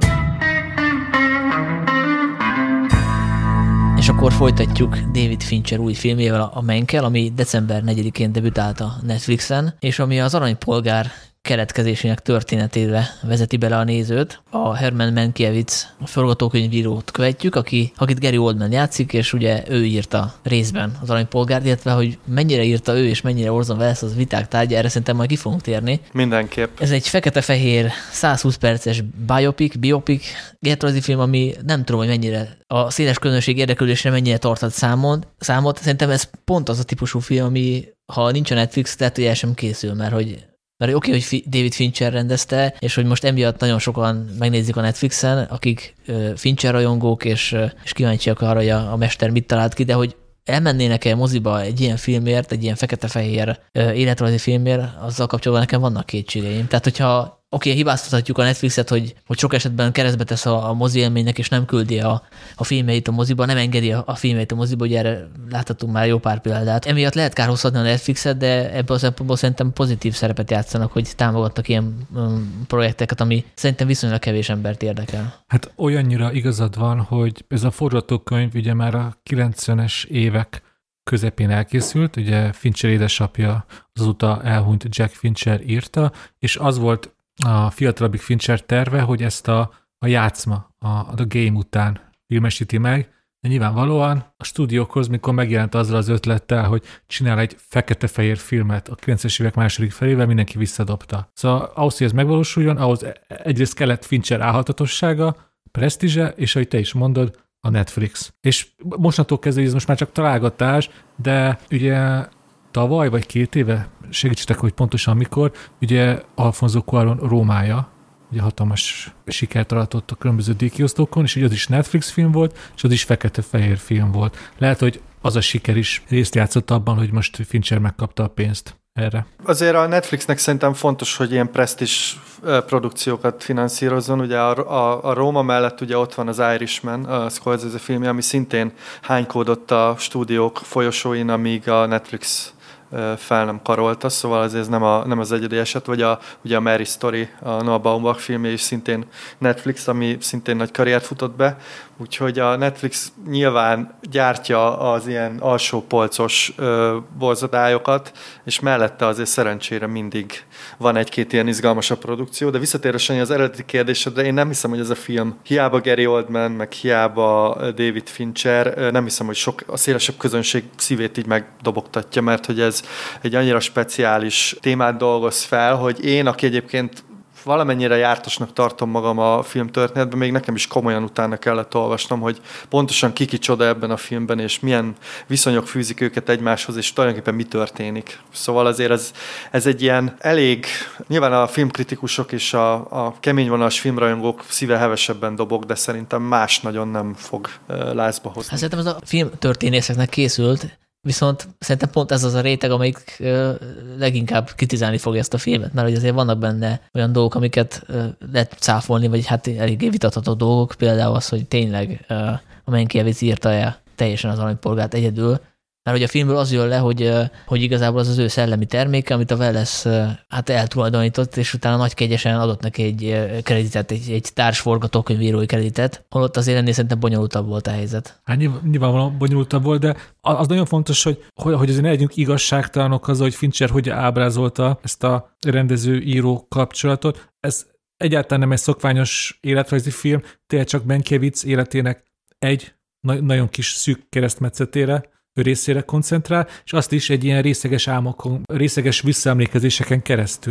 És akkor folytatjuk David Fincher új filmjével, a Menkel, ami december 4-én debütált a Netflixen, és ami az Aranypolgár keletkezésének történetébe vezeti bele a nézőt. A Herman Mankiewicz forgatókönyvírót követjük, akit Gary Oldman játszik, és ugye ő írta részben az Aranypolgárt, illetve hogy mennyire írta ő, és mennyire Orson Welles, az viták tárgya, erre szerintem majd ki fogunk térni. Mindenképp. Ez egy fekete-fehér, 120 perces biopic életrajzi film, ami nem tudom, hogy mennyire a széles közönség érdeklődésre mennyire tartott számot. Szerintem ez pont az a típusú film, ami ha nincs a Netflix, tehát hogy el sem készül, mert oké, hogy David Fincher rendezte, és hogy most emiatt nagyon sokan megnézik a Netflixen, akik Fincher rajongók, és kíváncsiak arra, hogy a mester mit talált ki, de hogy elmennének-e moziba egy ilyen filmért, egy ilyen fekete-fehér életrajzi filmért, azzal kapcsolatban nekem vannak kétségeim. Tehát, hogyha hibáztathatjuk a Netflixet, hogy sok esetben keresztbe tesz a mozi élménynek, és nem küldi a filmjeit a moziba, nem engedi a filmjeit a moziba, hogy erre láthatunk már jó pár példát. Emiatt lehet kárhozhatni a Netflixet, de ebből a szempontból szerintem pozitív szerepet játszanak, hogy támogattak ilyen projekteket, ami szerintem viszonylag kevés embert érdekel. Hát olyannyira igazad van, hogy ez a forgatókönyv ugye már a 90-es évek közepén elkészült, ugye Fincher édesapja azóta elhunyt Jack Fincher írta, és az volt a fiatalabbik Fincher terve, hogy ezt a játszma, a Game után filmesíti meg, de nyilvánvalóan a stúdiókhoz, mikor megjelent azzal az ötlettel, hogy csinál egy fekete-fehér filmet a 90-es évek második felével, mindenki visszadobta. Szóval ahhoz, hogy ez megvalósuljon, ahhoz egyrészt kellett Fincher álhatatossága, presztízse, és ahogy te is mondod, a Netflix. És mostantól kezdve ez most már csak találgatás, de ugye tavaly vagy 2 éve, segítsetek, hogy pontosan mikor, ugye Alfonso Cuarón Rómája, ugye hatalmas sikert aratott a különböző díjkiosztókon, és ugye az is Netflix film volt, és az is fekete-fehér film volt. Lehet, hogy az a siker is részt játszott abban, hogy most Fincher megkapta a pénzt erre. Azért a Netflixnek szerintem fontos, hogy ilyen presztízs produkciókat finanszírozzon. Ugye a Róma mellett ugye ott van az Irishman, a Scorsese filmje, ami szintén hánykódott a stúdiók folyosóin, amíg a Netflix fel nem karolta, szóval ez nem az egyedi eset, vagy ugye a Mary Story, a Noah Baumbach filmje is szintén Netflix, ami szintén nagy karriert futott be, úgyhogy a Netflix nyilván gyártja az ilyen alsó polcos borzadályokat, és mellette azért szerencsére mindig van egy-két ilyen izgalmasabb produkció, de visszatérősen az eredeti kérdésedre, én nem hiszem, hogy ez a film hiába Gary Oldman, meg hiába David Fincher, nem hiszem, hogy a szélesebb közönség szívét így megdobogtatja, mert hogy ez egy annyira speciális témát dolgoz fel, hogy én, aki egyébként valamennyire jártasnak tartom magam a filmtörténetben, még nekem is komolyan utána kellett olvasnom, hogy pontosan ki csoda ebben a filmben, és milyen viszonyok fűzik őket egymáshoz, és tulajdonképpen mi történik. Szóval azért ez egy ilyen elég, nyilván a filmkritikusok és a keményvonalas filmrajongók szíve hevesebben dobog, de szerintem más nagyon nem fog lázba hozni. Hát szerintem ez a filmtörténészeknek készült, viszont szerintem pont ez az a réteg, amelyik leginkább kritizálni fogja ezt a filmet, mert azért vannak benne olyan dolgok, amiket lehet cáfolni, vagy hát eléggé vitatható dolgok, például az, hogy tényleg a Mankiewicz írta el teljesen az Aranypolgárt egyedül, mert hogy a filmből az jön le, hogy igazából az ő szellemi terméke, amit a Welles eltulajdonított, és utána nagy kegyesen adott neki egy kreditet, egy társforgatókönyvírói kreditet, holott azért ennél szerintem bonyolultabb volt a helyzet. Hát nyilvánvalóan bonyolultabb volt, de az nagyon fontos, hogy azért ne legyünk igazságtalanok azzal, hogy Fincher hogy ábrázolta ezt a rendező-író kapcsolatot. Ez egyáltalán nem egy szokványos életrajzi film, tényleg csak Mankiewicz életének egy nagyon kis szűk keresztmetszetére, ő részére koncentrál, és azt is egy ilyen részeges álmokon, részeges visszaemlékezéseken keresztül.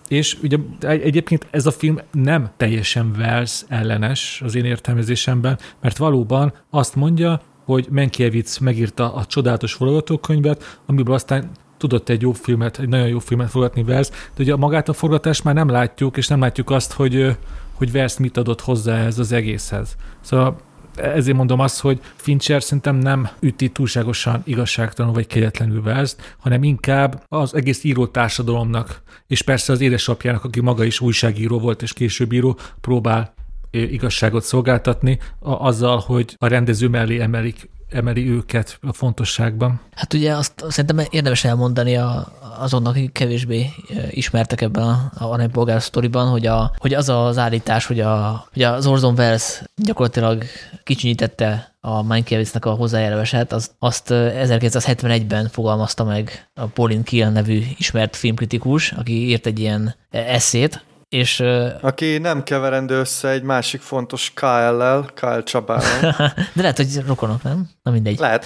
És ugye egyébként ez a film nem teljesen Wells ellenes az én értelmezésemben, mert valóban azt mondja, hogy Mankiewicz megírta a csodálatos forgatókönyvet, amiből aztán tudott egy nagyon jó filmet forgatni Wells, de ugye magát a forgatást már nem látjuk, és nem látjuk azt, hogy Wells mit adott hozzá ez az egészhez. Szóval ezért mondom azt, hogy Fincher szerintem nem üti túlságosan igazságtalanul vagy kegyetlenül Wells-t, hanem inkább az egész író társadalomnak, és persze az édesapjának, aki maga is újságíró volt és később író, próbál igazságot szolgáltatni azzal, hogy a rendező mellé emeli őket a fontosságban. Hát ugye azt szerintem érdemes elmondani azonnak, akik kevésbé ismertek ebben a Aranypolgár sztoriban, hogy az az állítás, hogy az Orson Welles gyakorlatilag kicsinyítette a Mankiewicznek a hozzájárulását, azt 1971-ben fogalmazta meg a Pauline Kael nevű ismert filmkritikus, aki írt egy ilyen esszét, és, aki nem keverendő össze egy másik fontos Kael Csabával. De lehet, hogy rokonok, nem? Na mindegy. Lehet.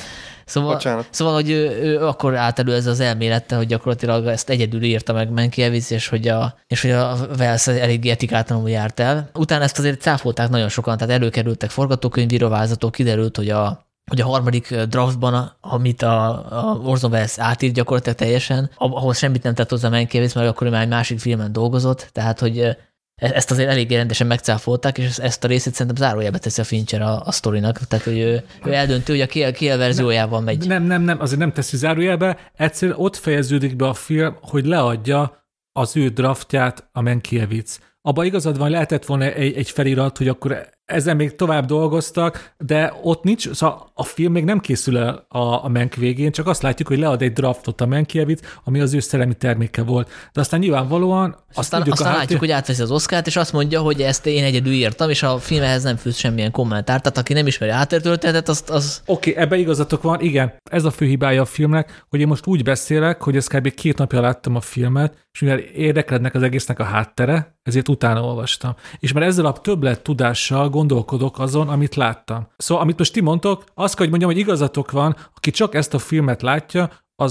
Szóval hogy ő akkor állt elő ez az elmélete, hogy gyakorlatilag ezt egyedül írta meg Mankiewicz, és hogy a Wells eléggé etikátlanul járt el. Utána ezt azért cáfolták nagyon sokan, tehát előkerültek forgatókönyvíró vázatok, kiderült, hogy a harmadik draftban, amit a Orson Welles átírt gyakorlatilag teljesen, ahhoz semmit nem tett hozzá Mankiewicz, mert akkor már egy másik filmen dolgozott, tehát hogy ezt azért eléggé rendesen megcáfolták, és ezt a részét szerintem zárójelbe teszi a Fincher a sztorinak, tehát hogy ő eldöntő, hogy a Kael verziójával megy. Nem, azért nem teszi zárójelbe, egyszerűen ott fejeződik be a film, hogy leadja az ő draftját a Mankiewicz. Abban igazad van, lehetett volna egy felirat, hogy akkor ezen még tovább dolgoztak, de ott nincs, szóval a film még nem készül el a Mank végén, csak azt látjuk, hogy lead egy draftot a Mankiewicz, ami az ő szellemi terméke volt. De aztán nyilvánvalóan aztán látjuk, hogy átveszi az Oscart, és azt mondja, hogy ezt én egyedül írtam, és a filmhez nem fűz semmilyen kommentár. Tehát aki nem ismeri a háttértörténetet, az... Oké, ebben igazatok van, igen. Ez a fő hibája a filmnek, hogy én most úgy beszélek, hogy ezt kb. 2 napja láttam a filmet, és mivel érdekelnek az egésznek a háttere, ezért utána olvastam. És már ezzel a többlet tudással gondolkodok azon, amit láttam. Szóval, amit most ti mondtok, azt kell, hogy mondjam, hogy igazatok van, aki csak ezt a filmet látja,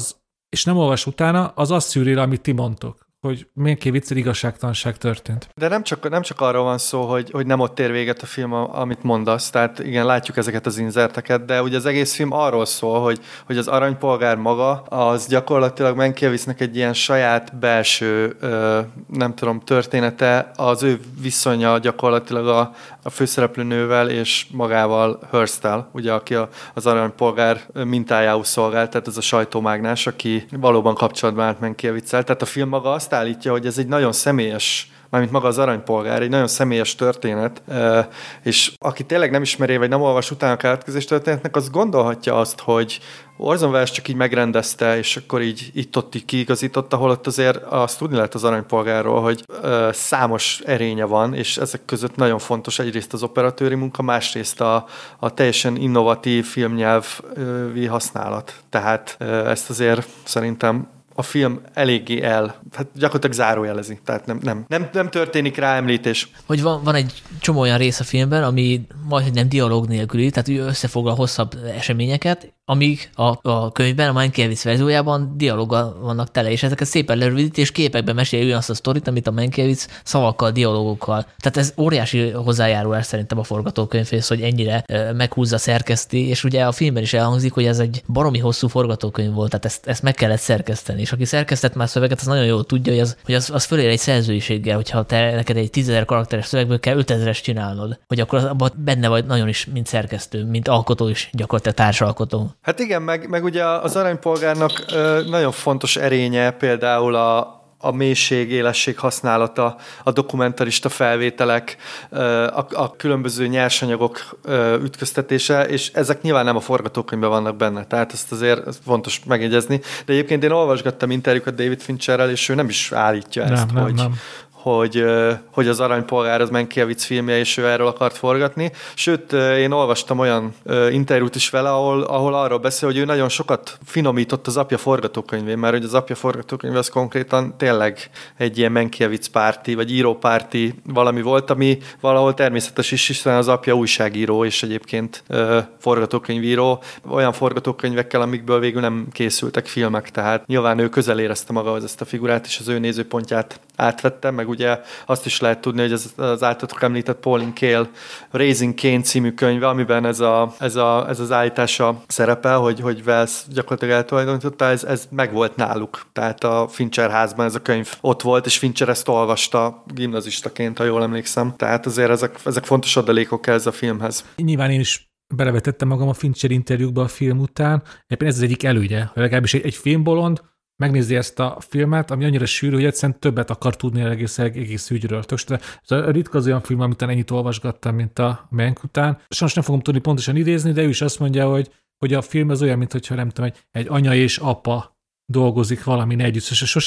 és nem olvas utána, az azt szűri le, amit ti mondtok, hogy Mankiewicz igazságtalanság történt. De nem csak arról van szó, hogy nem ott ér véget a film, amit mondasz, tehát igen, látjuk ezeket az inzerteket, de ugye az egész film arról szól, hogy az Aranypolgár maga, az gyakorlatilag Mankiewicznek egy ilyen saját belső, nem tudom, története, az ő viszonya gyakorlatilag a főszereplőnővel és magával, Hearst-tel, ugye, aki az Aranypolgár mintájául szolgált, tehát ez a sajtómágnás, aki valóban kapcsolatban állt Mankiewicz-el, tehát a film maga azt állítja, hogy ez egy nagyon személyes, mármint maga az Aranypolgár, egy nagyon személyes történet, és aki tényleg nem ismeri, vagy nem olvas utána a keletkezés történetnek, az gondolhatja azt, hogy Orson Welles csak így megrendezte, és akkor így itt-ott így kiigazította, holott azért azt tudni lehet az Aranypolgárról, hogy számos erénye van, és ezek között nagyon fontos egyrészt az operatőri munka, másrészt a teljesen innovatív filmnyelvi használat. Tehát ezt azért szerintem a film eléggé hát gyakorlatilag zárójelezi, tehát nem történik rá említés. Hogy van egy csomó olyan rész a filmben, ami majdnem nem dialóg nélküli, tehát ő összefoglal hosszabb eseményeket, amíg a könyvben, a Mankiewicz verziójában dialóggal vannak tele, és ezeket szépen lerövidít, és képekben meséli azt a sztorit, amit a Mankiewicz szavakkal, dialógokkal. Tehát ez óriási hozzájárulás szerintem a forgatókönyvhez, hogy ennyire meghúzza, szerkeszti, és ugye a filmben is elhangzik, hogy ez egy baromi hosszú forgatókönyv volt, tehát ezt meg kellett szerkeszteni, és aki szerkesztett már szöveget, az nagyon jól tudja, hogy az fölér egy szerzőiséggel, hogyha neked egy 10.000 karakteres szövegből kell 5.000-es csinálnod, hogy akkor abban benne vagy nagyon is, mint szerkesztő, mint alkotó is, gyakorlatilag társalkotó. Hát igen, meg ugye az Aranypolgárnak nagyon fontos erénye például a mélység, élesség használata, a dokumentarista felvételek, a különböző nyersanyagok ütköztetése, és ezek nyilván nem a forgatókönyvben vannak benne, tehát ezt azért fontos megjegyezni. De egyébként én olvasgattam interjúkat David Fincherrel, és ő nem is állítja ezt, hogy az Aranypolgár az Mankiewicz filmje, és ő erről akart forgatni. Sőt, én olvastam olyan interjút is vele, ahol arról beszél, hogy ő nagyon sokat finomított az apja forgatókönyvén, mert hogy az apja forgatókönyv az konkrétan tényleg egy ilyen Mankiewicz párti, vagy írópárti valami volt, ami valahol természetes is, hiszen az apja újságíró, és egyébként forgatókönyvíró, olyan forgatókönyvekkel, amikből végül nem készültek filmek, tehát nyilván ő közel érezte magához ezt a figurát, és az ő nézőpontját átvette, meg ugye azt is lehet tudni, hogy az általatok említett Pauline Kael Raising Cain című könyve, amiben ez az állítása szerepel, hogy Wells gyakorlatilag eltulajdonította, ez megvolt náluk. Tehát a Fincher házban ez a könyv ott volt, és Fincher ezt olvasta gimnazistaként, ha jól emlékszem. Tehát azért ezek fontos adalékok ez a filmhez. Nyilván én is belevetettem magam a Fincher interjúkba a film után. Éppen ez az egyik elődje, hogy legalábbis egy filmbolond megnézi ezt a filmet, ami annyira sűrű, hogy egyszerűen többet akar tudni egész ügyről. Ez a ritka az olyan film, amit ennyit olvasgattam, mint a Mank után. Sajnos nem fogom tudni pontosan idézni, de ő is azt mondja, hogy a film az olyan, mintha nem tudom, egy anya és apa dolgozik valamin együtt.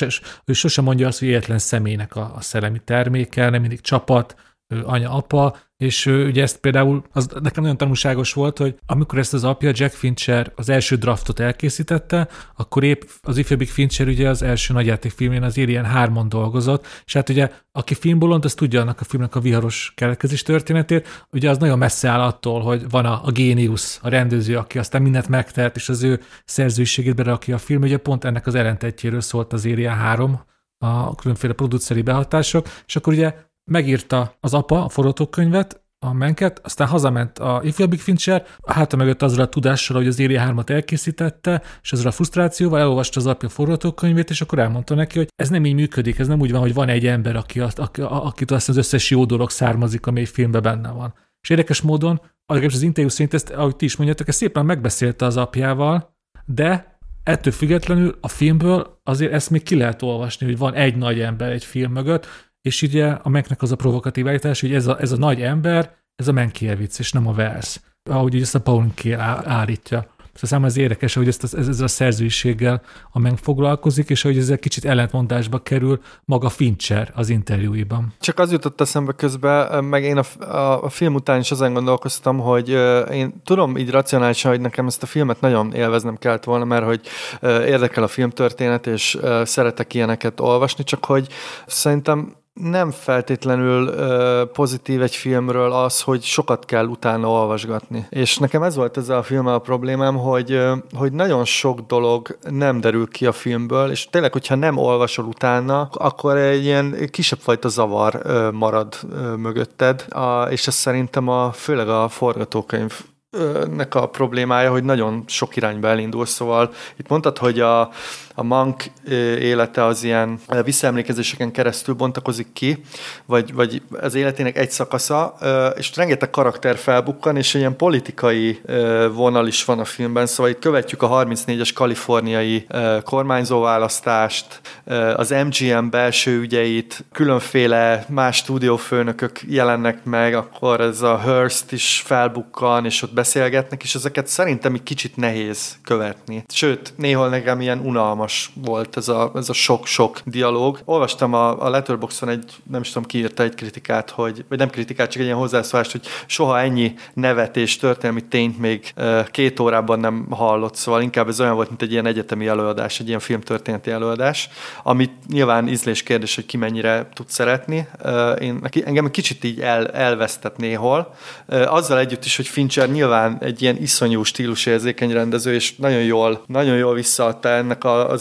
Ő sosem mondja azt, hogy egyetlen személynek a szellemi terméke, nem mindig csapat, anya-apa, és ugye ezt például, az nekem nagyon tanulságos volt, hogy amikor ezt az apja, Jack Fincher az első draftot elkészítette, akkor épp az ifjabbik Fincher ugye az első nagyjátékfilmén, az Alien 3-on dolgozott, és hát ugye aki filmbolond, az tudja annak a filmnek a viharos keletkezés történetét, ugye az nagyon messze áll attól, hogy van a géniusz, a rendező, aki aztán mindent megtehet, és az ő szerzőségét berakja a film, ugye pont ennek az ellentetjéről szólt az Alien 3, a különféle produceri behatások, és akkor ugye megírta az apa a forgatókönyvet, a Manket, aztán hazament a ifjabbik Fincher, háta mögött azzal a tudással, hogy az Alien 3-at elkészítette, és ezzel a frusztrációval elolvasta az apja forgatókönyvét, és akkor elmondta neki, hogy ez nem így működik, ez nem úgy van, hogy van egy ember, akitől azt az összes jó dolog származik, ami egy filmben benne van. És érdekes módon, az interjú szerint ezt, ahogy ti is mondjátok, ezt szépen megbeszélte az apjával, de ettől függetlenül a filmből azért ezt még ki lehet olvasni, hogy van egy nagy ember egy film mögött, és ugye a Manknek az a provokatív állítás, hogy ez a nagy ember, ez a Mankiewicz, és nem a Wells. Ahogy ezt a Pauline Kael állítja. Számomra ez érdekes, hogy ezzel a szerzőiséggel a Mank foglalkozik, és hogy ezzel kicsit ellentmondásba kerül maga Fincher az interjúiban. Csak az jutott eszembe közben, meg én a film után is ezen gondolkoztam, hogy én tudom így racionálisan, hogy nekem ezt a filmet nagyon élveznem kellett volna, mert hogy érdekel a filmtörténet, és szeretek ilyeneket olvasni, csak hogy szerintem nem feltétlenül pozitív egy filmről az, hogy sokat kell utána olvasgatni. És nekem ez volt ezzel a filmmel a problémám, hogy nagyon sok dolog nem derül ki a filmből, és tényleg, hogyha nem olvasol utána, akkor egy ilyen kisebb fajta zavar marad mögötted, és ez szerintem főleg a forgatókönyv nek a problémája, hogy nagyon sok irányba elindul, szóval itt mondtad, hogy a Mank élete az ilyen visszaemlékezéseken keresztül bontakozik ki, vagy az életének egy szakasza, és rengeteg karakter felbukkan, és ilyen politikai vonal is van a filmben, szóval itt követjük a 34-es kaliforniai kormányzóválasztást, az MGM belső ügyeit, különféle más stúdiófőnökök jelennek meg, akkor ez a Hearst is felbukkan, és ott beszélgetnek, és ezeket szerintem egy kicsit nehéz követni. Sőt, néhol nekem ilyen unalmas volt ez a sok-sok dialóg. Olvastam a Letterboxdon nem is tudom, ki írta egy kritikát, vagy nem kritikát, csak egy ilyen hozzászólást, hogy soha ennyi nevetés, történelmi tényt még 2 órában nem hallott, szóval inkább ez olyan volt, mint egy ilyen egyetemi előadás, egy ilyen filmtörténeti előadás, amit nyilván ízlés kérdés, hogy ki mennyire tud szeretni. Engem egy kicsit így elvesztett néhol. Azzal együtt is, hogy Fincher nyilván egy ilyen iszonyú stílusérzékeny rendező, és nagyon jól visszaadta ennek az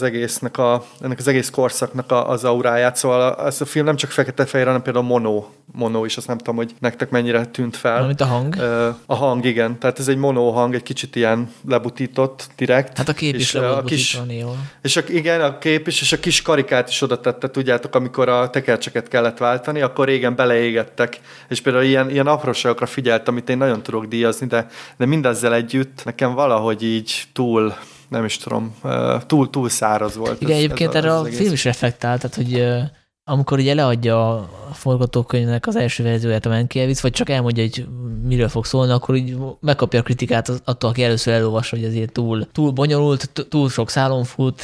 egész korszaknak az auráját, szóval ez a film nem csak fekete-fehér, hanem például mono is, azt nem tudom, hogy nektek mennyire tűnt fel. Mint a hang? A hang, igen. Tehát ez egy mono hang, egy kicsit ilyen lebutított, direkt. Hát a kép is le volt butítva néhol. És igen, a kép is, és a kis karikát is oda tette, tudjátok, amikor a tekercseket kellett váltani, akkor régen beleégettek, és például ilyen apróságokra figyeltem, amit én nagyon tudok díjazni, de mindezzel együtt nekem valahogy így nem is tudom, túl száraz volt. Igen, egyébként erre a film is reflektál, tehát hogy amikor ugye leadja a forgatókönyvnek az első verzióját a Mankiewicz, vagy csak elmondja, hogy miről fog szólni, akkor így megkapja a kritikát attól, aki először elolvassa, hogy azért túl bonyolult, túl sok szálon fut,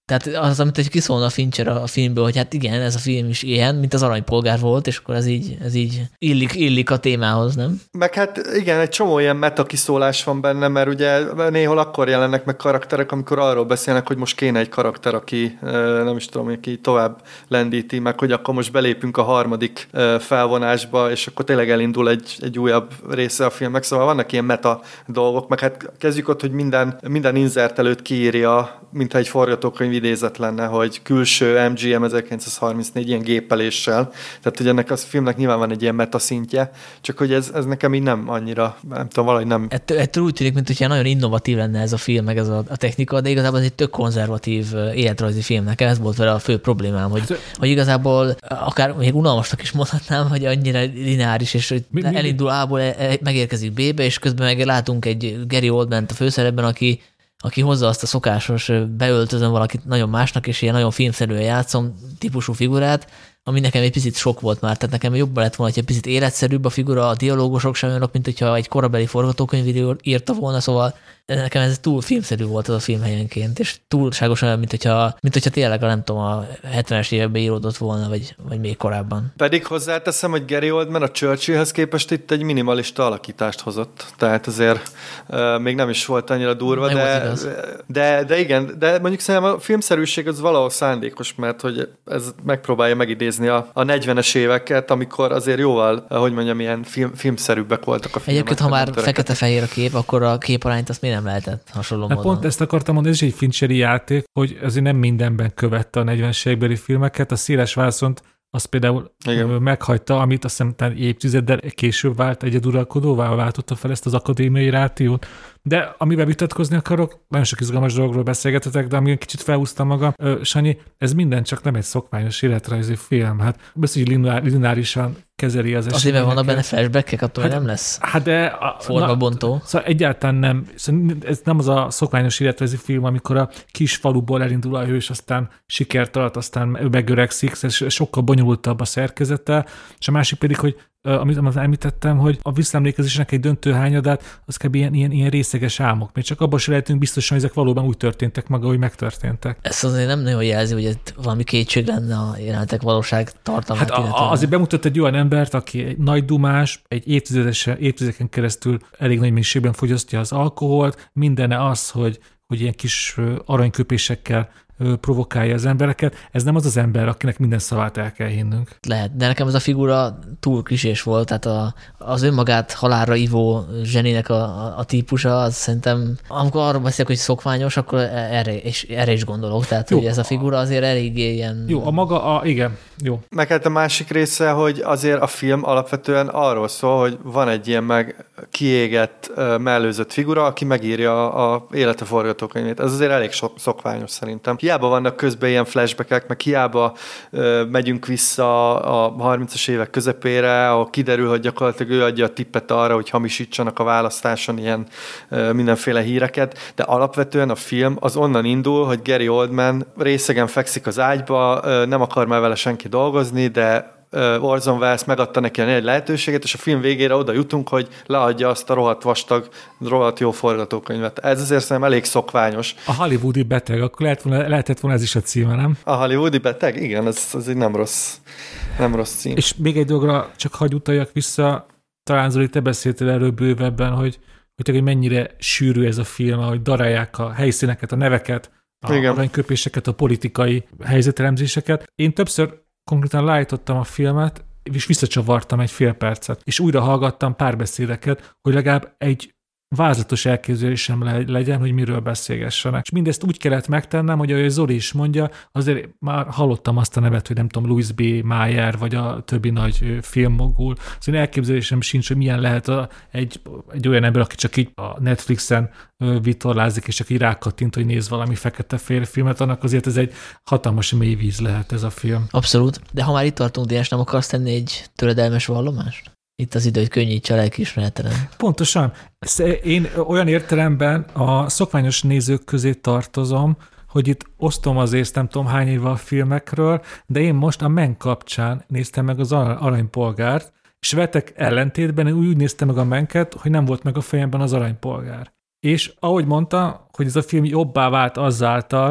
Tehát az, amit egy kiszólna a Fincher a filmből, hogy hát igen, ez a film is ilyen, mint az Aranypolgár volt, és akkor ez így illik a témához, nem? Meg hát igen, egy csomó ilyen meta kiszólás van benne, mert ugye néhol akkor jelennek meg karakterek, amikor arról beszélnek, hogy most kéne egy karakter, aki nem is tudom, aki tovább lendíti, meg hogy akkor most belépünk a harmadik felvonásba, és akkor tényleg elindul egy újabb része a filmnek, szóval vannak ilyen meta dolgok, meg hát kezdjük ott, hogy minden insert előtt kiírja, mintha egy forgatókönyv idézet lenne, hogy külső MGM 1934 ilyen gépeléssel, tehát hogy ennek a filmnek nyilván van egy ilyen meta szintje, csak hogy ez nekem így nem annyira, nem tudom, valahogy nem. Ettől úgy tűnik, mint hogyha nagyon innovatív lenne ez a film, meg ez a technika, de igazából ez egy tök konzervatív életrajzi film. Nekem ez volt vele a fő problémám, hogy igazából akár még unalmasnak is mondhatnám, hogy annyira lineáris, és hogy elindul A-ból, megérkezik B-be, és közben meg látunk egy Gary Oldman-t a főszerepben, aki hozza azt a szokásos beöltözöm valakit nagyon másnak, és ilyen nagyon filmszerűen játszom típusú figurát, ami nekem egy picit sok volt már, tehát nekem jobban lett volna, hogy egy picit életszerűbb a figura, a dialógusok sem olyanok, mint hogyha egy korabeli forgatókönyvíró írta volna, szóval nekem ez túl filmszerű volt az a film helyenként, és túlságosan olyan, mint hogyha tényleg nem tudom, a 70-es években íródott volna, vagy még korábban. Pedig hozzáteszem, hogy Gary Oldman a Churchillhez képest itt egy minimalista alakítást hozott, tehát azért még nem is volt annyira durva, de igen, de mondjuk szerintem a filmszerűség az valahol szándékos, mert hogy ez megpróbálja megidézni a 40-es éveket, amikor azért jóval, hogy mondjam, ilyen filmszerűbbek voltak a filmek. Egyébként, ha már fekete-fehér a kép, akkor a képarányt azt miért nem lehetett hasonló módon? Pont ezt akartam mondani, ez is egy Fincheri játék, hogy azért nem mindenben követte a 40-es évekbeli filmeket, a Széles vászont azt például meghagyta, amit azt hiszem évtizeddel később vált egyeduralkodóvá, váltotta fel ezt az akadémiai rátiót. De amivel vitatkozni akarok, nagyon sok izgalmas dologról beszélgetetek, de amilyen kicsit felhúztam magam, Sanyi, ez minden csak nem egy szokványos életrajzi film. Hát beszéljük, hogy lineárisan kezeli az eseményeket. Azért vannak benne flashback-ek, attól nem lesz formabontó. Szóval egyáltalán nem. Szóval ez nem az a szokványos életrajzi film, amikor a kis faluból elindul a hős, aztán sikert arat, aztán megöregszik, ez sokkal bonyolultabb a szerkezete, és a másik pedig, hogy amit említettem, hogy a visszaemlékezésnek egy döntő hányadát, az kb. Ilyen részeges álmok. Még csak abban sem lehetünk biztosan, hogy ezek valóban úgy történtek maga, hogy megtörténtek. Ez azért nem nagyon jelzi, hogy itt valami kétség lenne a jelenetek valóság tartalmát. Hát azért bemutat egy olyan embert, aki egy nagy dumás, egy évtizedeken keresztül elég nagy mennyiségben fogyasztja az alkoholt, mindene az, hogy ilyen kis aranyköpésekkel provokálja az embereket. Ez nem az az ember, akinek minden szavát el kell hinnünk. Lehet, de nekem ez a figura túl klisés volt, tehát az önmagát halálra ivó zseninek a típusa, az szerintem, amikor arról beszélek, hogy szokványos, akkor erre is gondolok, tehát jó, hogy ez a figura azért eléggé ilyen... Jó, igen, jó. Meg hát a másik része, hogy azért a film alapvetően arról szól, hogy van egy ilyen meg kiégett, mellőzött figura, aki megírja a élete forgatókönyvét. Ez azért elég szokványos szerintem. Hiába vannak közben ilyen flashbackek, meg hiába megyünk vissza a 30-as évek közepére, ahol kiderül, hogy gyakorlatilag ő adja a tippet arra, hogy hamisítsanak a választáson ilyen mindenféle híreket, de alapvetően a film az onnan indul, hogy Gary Oldman részegen fekszik az ágyba, nem akar már vele senki dolgozni, de Orson Welles megadta neki egy lehetőséget, és a film végére oda jutunk, hogy leadja azt a rohadt vastag, rohadt jó forgatókönyvet. Ez azért szerintem elég szokványos. A hollywoodi beteg, akkor lehetett volna ez is a címe, nem? A hollywoodi beteg? Igen, ez egy nem rossz cím. És még egy dologra csak hagy utaljak vissza, talán Zoli, te beszéltél erről bővebben, hogy mennyire sűrű ez a film, ahogy darálják a helyszíneket, a neveket, a aranyköpéseket, a politikai helyzetelemzéseket. Én többször konkrétan leállítottam a filmet, és visszacsavartam egy fél percet, és újra hallgattam párbeszédeket, hogy legalább egy vázlatos elképzelésem legyen, hogy miről beszélgessenek. És mindezt úgy kellett megtennem, hogy ahogy Zoli is mondja, azért már hallottam azt a nevet, hogy nem tudom, Louis B. Mayer, vagy a többi nagy filmmogul. Szóval elképzelésem sincs, hogy milyen lehet egy olyan ember, aki csak így a Netflixen vitorlázik, és csak így rákattint, hogy néz valami fekete-fehér filmet, annak azért ez egy hatalmas mély víz lehet ez a film. Abszolút. De ha már itt tartunk, Dénes, nem akarsz tenni egy töredelmes vallomást? Itt az idő, hogy könnyítse a lelkiismeretelen. Pontosan. Én olyan értelemben a szokványos nézők közé tartozom, hogy itt osztom az észt, nem tudom hány éve a filmekről, de én most a Men kapcsán néztem meg az Aranypolgárt, és vetek ellentétben úgy néztem meg a Menket, hogy nem volt meg a fejemben az Aranypolgár. És ahogy mondta, hogy ez a film jobbá vált azáltal,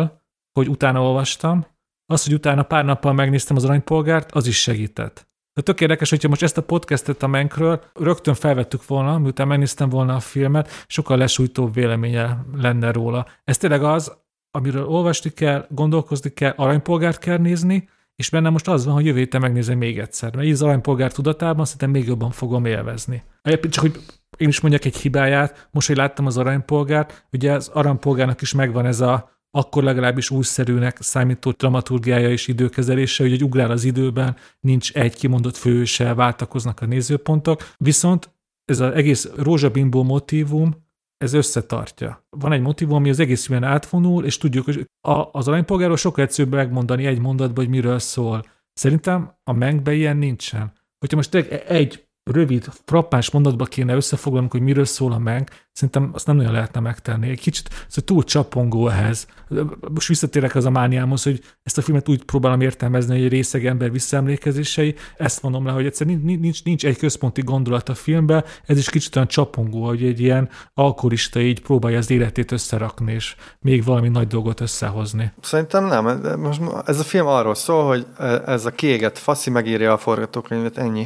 hogy utána olvastam, az, hogy utána pár nappal megnéztem az Aranypolgárt, az is segített. De tök érdekes, hogyha most ezt a podcastet a Mankről rögtön felvettük volna, miután megnéztem volna a filmet, sokkal lesújtóbb véleménye lenne róla. Ez tényleg az, amiről olvasni kell, gondolkozni kell, Aranypolgárt kell nézni, és bennem most az van, hogy jövő héten megnézem még egyszer. Mert így az Aranypolgár tudatában szerintem még jobban fogom élvezni. Csak hogy én is mondjak egy hibáját, most, hogy láttam az Aranypolgárt, ugye az Aranypolgárnak is megvan ez a akkor legalábbis újszerűnek számító dramaturgiája és időkezelése, hogy ugrál az időben, nincs egy kimondott főhőse, váltakoznak a nézőpontok, viszont ez az egész rózsabimbó motívum, ez összetartja. Van egy motívum, ami az egész filmen átvonul, és tudjuk, hogy az Aranypolgárról sokkal egyszerűbb megmondani egy mondatban, hogy miről szól. Szerintem a Mankben ilyen nincsen. Hogyha most egy rövid, frappáns mondatba kéne összefoglalnunk, hogy miről szól a Mank, szerintem azt nem nagyon lehetne megtenni. Egy kicsit túl csapongó ehhez. Most visszatérek az a mániámhoz, hogy ezt a filmet úgy próbálom értelmezni, hogy egy részeg ember visszaemlékezései. Ezt mondom le, hogy egyszerűen nincs egy központi gondolat a filmben, ez is kicsit olyan csapongó, hogy egy ilyen alkoholista így próbálja az életét összerakni, és még valami nagy dolgot összehozni. Szerintem nem. Most ez a film arról szól, hogy ez a kiégett faszi megírja a forgatókönyvet, ennyi.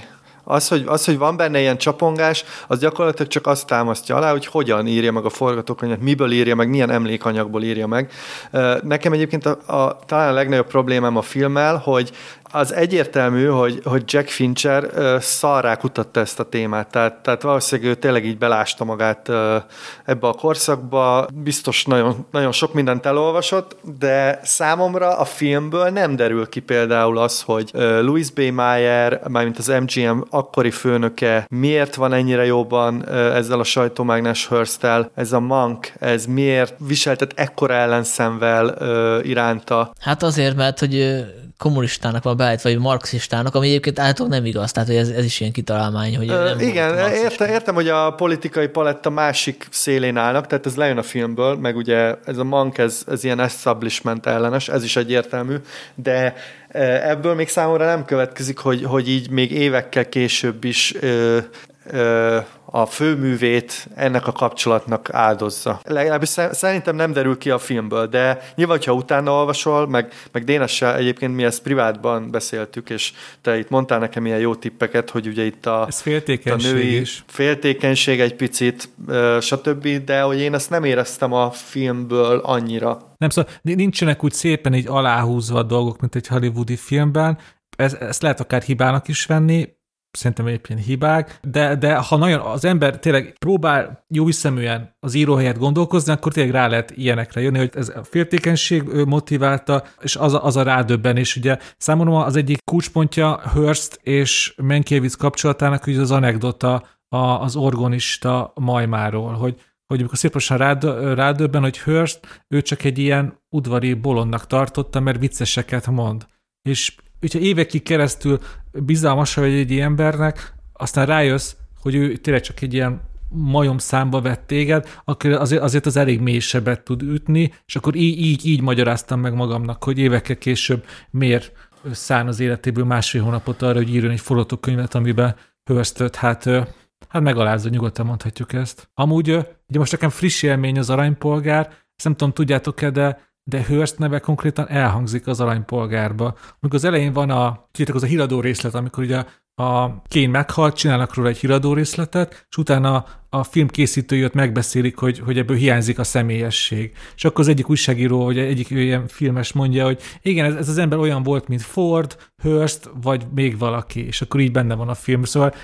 Az, hogy van benne ilyen csapongás, az gyakorlatilag csak azt támasztja alá, hogy hogyan írja meg a forgatókönyvet, miből írja meg, milyen emlékanyagból írja meg. Nekem egyébként talán a legnagyobb problémám a filmmel, hogy az egyértelmű, hogy Jack Fincher szarrá kutatta ezt a témát, tehát valószínűleg ő tényleg így belásta magát ebbe a korszakba, biztos nagyon, nagyon sok mindent elolvasott, de számomra a filmből nem derül ki például az, hogy Louis B. Mayer, mármint az MGM akkori főnöke, miért van ennyire jobban ezzel a sajtómágnes Hearst-tel, ez a Mank, ez miért viseltet ekkora ellenszenvel iránta. Hát azért, mert hogy kommunistának van beállítva, vagy marxistának, ami egyébként általában nem igaz, tehát hogy ez is ilyen kitalálmány, hogy nem igen, értem, hogy a politikai paletta másik szélén állnak, tehát ez lejön a filmből, meg ugye ez a Mank, ez ilyen establishment ellenes, ez is egyértelmű, de ebből még számomra nem következik, hogy így még évekkel később is a főművét ennek a kapcsolatnak áldozza. Legalábbis szerintem nem derül ki a filmből, de nyilván, ha utána olvasol, meg Dénessel egyébként mi ezt privátban beszéltük, és te itt mondtál nekem ilyen jó tippeket, hogy ugye itt a női is. Féltékenység egy picit, stb., de hogy én ezt nem éreztem a filmből annyira. Nem, szóval nincsenek úgy szépen így aláhúzva a dolgok, mint egy hollywoodi filmben. Ezt lehet akár hibának is venni, szerintem egyébként hibák, de ha nagyon az ember tényleg próbál jó hiszeműen az író helyett gondolkozni, akkor tényleg rá lehet ilyenekre jönni, hogy ez a féltékenység motiválta, és az a rádöbbenés. Ugye számomra az egyik kulcspontja Hearst és Mankiewicz kapcsolatának ugye az anekdota az orgonista majmáról, hogy amikor szépen rádöbben, hogy Hearst, ő csak egy ilyen udvari bolondnak tartotta, mert vicceseket mond. És hogyha évekig keresztül bizalmas vagy egy ilyen embernek, aztán rájössz, hogy ő tényleg csak egy ilyen majom számba vett téged, akkor azért az elég mély sebet tud ütni, és akkor így magyaráztam meg magamnak, hogy évekkel később miért szán az életéből másfél hónapot arra, hogy írjon egy forgatókönyvet, amiben Hearstet, hát megalázó, nyugodtan mondhatjuk ezt. Amúgy, ugye most nekem friss élmény az Aranypolgár, ezt nem tudom, tudjátok-e, de Hearst neve konkrétan elhangzik az Aranypolgárba. Amikor az elején van tudjátok, az a híradó részlet, amikor ugye a Kane meghalt, csinálnak róla egy híradó részletet, és utána a film készítői ott megbeszélik, hogy ebből hiányzik a személyesség. És akkor az egyik újságíró, vagy egyik ilyen filmes mondja, hogy igen, ez az ember olyan volt, mint Ford, Hearst, vagy még valaki, és akkor így benne van a film. Szóval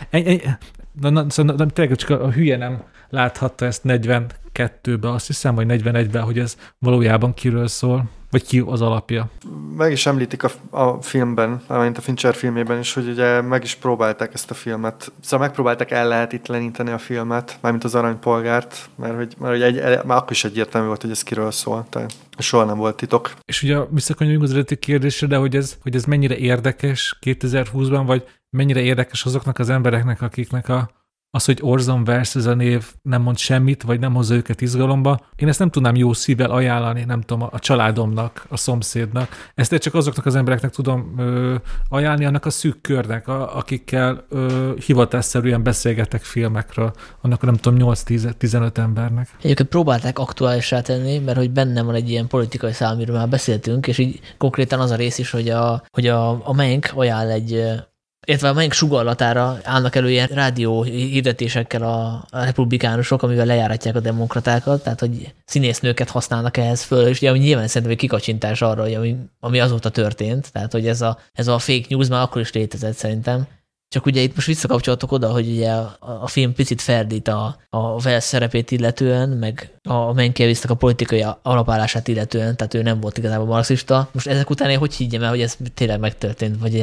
tényleg csak a hülye nem láthatta ezt 42-ben, azt hiszem, vagy 41-ben, hogy ez valójában kiről szól, vagy ki az alapja. Meg is említik a filmben, amint a Fincher filmében is, hogy ugye meg is próbálták ezt a filmet, szóval megpróbálták ellehetetleníteni a filmet, mármint az Aranypolgárt, mert már akkor is egyértelmű volt, hogy ez kiről szól, tehát soha nem volt titok. És ugye visszakanyarodjunk az eredeti kérdésre, de hogy ez mennyire érdekes 2020-ban, vagy mennyire érdekes azoknak az embereknek, akiknek a az, hogy Orson Welles ez a név nem mond semmit, vagy nem hozza őket izgalomba, én ezt nem tudnám jó szívvel ajánlani, nem tudom, a családomnak, a szomszédnak. Ezt én csak azoknak az embereknek tudom ajánlani, annak a szűk körnek, akikkel hivatásszerűen beszélgetek filmekről, annak nem tudom, 8-10-15 embernek. Egyébként próbálták aktuálisá tenni, mert hogy benne van egy ilyen politikai szál, amiről már beszéltünk, és így konkrétan az a rész is, hogy a Mank ajánl illetve a Mank sugallatára állnak elő ilyen rádió hirdetésekkel a republikánusok, amivel lejáratják a demokratákat, tehát hogy színésznőket használnak ehhez föl, és ugye nyilván szerintem egy kikacsintás arra, hogy ami azóta történt, tehát hogy ez a fake news már akkor is létezett szerintem. Csak ugye itt most visszakapcsolatok oda, hogy ugye a film picit ferdít a Welles szerepét illetően, meg a Mankiewicz-nek a politikai alapállását illetően, tehát ő nem volt igazából marxista. Most ezek után én hogy higgyem el, hogy ez tényleg megtörtént, vagy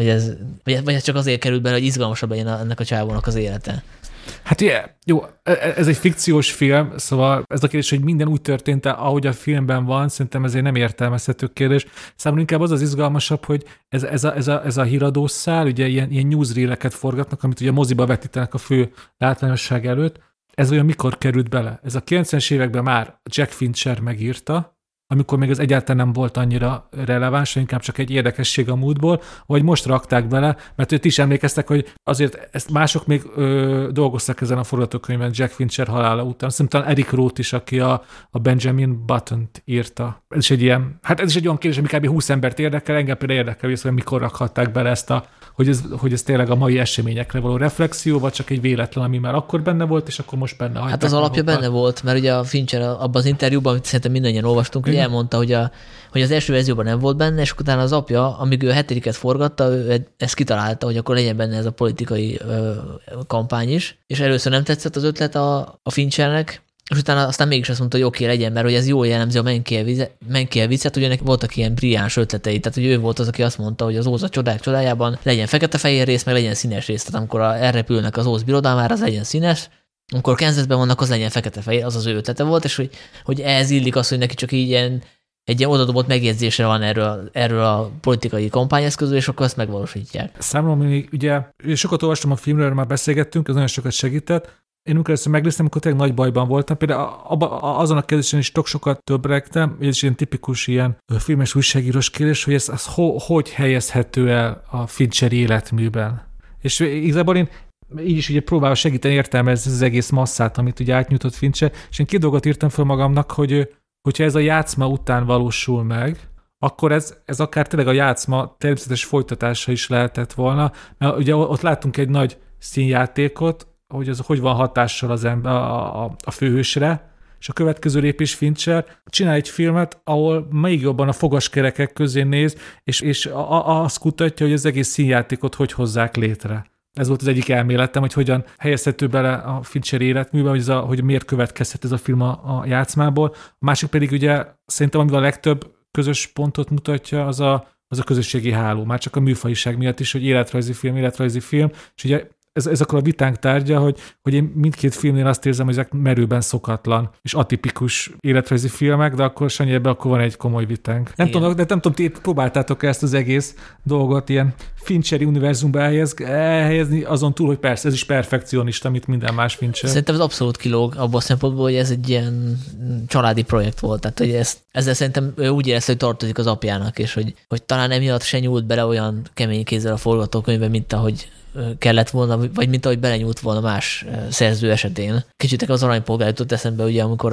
ez csak azért került bele, hogy izgalmasabb legyen ennek a csávónak az élete? Hát jó, ez egy fikciós film, szóval ez a kérdés, hogy minden úgy történt, ahogy a filmben van, szerintem ezért nem értelmezhető kérdés. Számomra inkább az izgalmasabb, hogy ez a híradós szál, ugye ilyen newsreel-eket forgatnak, amit ugye moziba vetítenek a fő látványosság előtt. Ez olyan mikor került bele? Ez a 90-es években már Jack Fincher megírta, amikor még ez egyáltalán nem volt annyira releváns, inkább csak egy érdekesség a múltból, vagy most rakták bele, mert őt is emlékeztek, hogy azért ezt mások még dolgoztak ezen a forgatókönyvben Jack Fincher halála után. Szerintem talán Eric Roth is, aki a Benjamin Button-t írta. Ez is egy olyan kérdés, ami kb. 20 embert érdekel, engem például érdekel, hogy mikor rakhatták bele ezt hogy ez tényleg a mai eseményekre való reflexió, vagy csak egy véletlen, ami már akkor benne volt, és akkor most benne hagyták. Hát az alapja benne volt, mert ugye a Fincher abban az interjúban, amit szerintem mindannyian olvastunk, hogy elmondta, hogy az első verzióban nem volt benne, és utána az apja, amíg ő a 7-et forgatta, ő ezt kitalálta, hogy akkor legyen benne ez a politikai kampány is, és először nem tetszett az ötlet a Finchernek, és utána aztán mégis azt mondta, hogy oké, legyen, mert hogy ez jól jellemzi a Mankiewicz-et, ugye voltak ilyen brilliáns ötletei, tehát hogy ő volt az, aki azt mondta, hogy az Óz a csodák csodájában legyen fekete-fehér rész, meg legyen színes rész, tehát amikor elrepülnek az Óz birodalmára, az legyen színes, amikor Kansasben vannak, az legyen fekete-fehér, az az ő ötlete volt, és hogy ehhez illik az, hogy neki csak így egy ilyen odadobott megjegyzése van erről a politikai kampányeszközről, és akkor azt megvalósítják. Számomra még ugye, sokat olvastam a filmről, már beszélgettünk, ez nagyon sokat segített. Én amikor ezt megnéztem, amikor tényleg nagy bajban voltam. Például azon a kérdésen is sokat többregtem, ez is ilyen tipikus ilyen filmes újságírós kérdés, hogy ez hogy helyezhető el a Fincher életműben. És igazából én így is ugye próbálom segíteni értelmezni az egész masszát, amit ugye átnyújtott Fincher, és én 2 dolgot írtam fel magamnak, hogyha ez a játszma után valósul meg, akkor ez akár tényleg a játszma természetes folytatása is lehetett volna. Mert ugye ott láttunk egy nagy színjátékot, hogy az hogy van hatással az ember a főhősre, és a következő lépés Fincher csinál egy filmet, ahol még jobban a fogaskerekek közé néz, és azt kutatja, hogy az egész színjátékot hogy hozzák létre. Ez volt az egyik elméletem, hogy hogyan helyezhető bele a Fincher életműbe, hogy miért következhet ez a film a játszmából. A másik pedig ugye szerintem, amivel a legtöbb közös pontot mutatja, az a közösségi háló. Már csak a műfajiság miatt is, hogy életrajzi film, és ugye ez akkor a vitánk tárgya, hogy én mindkét filmnél azt érzem, hogy ezek merőben szokatlan és atipikus életrajzi filmek, de akkor Sanyi, ebben akkor van egy komoly vitánk. Nem tudom, ti próbáltátok ezt az egész dolgot ilyen Fincheri univerzumba elhelyezni, azon túl, hogy persze ez is perfekcionista, mint minden más Fincher. Szerintem ez abszolút kilóg abban a szempontból, hogy ez egy ilyen családi projekt volt. Tehát, hogy ezzel szerintem ő úgy érezte, hogy tartozik az apjának, és hogy talán emiatt se nyúlt bele olyan kemény kézzel a forgatókönyvbe, mint ahogy kellett volna, vagy mint ahogy belenyúlt volna más szerző esetén. Kicsit az Aranypolgár jutott eszembe, ugye, amikor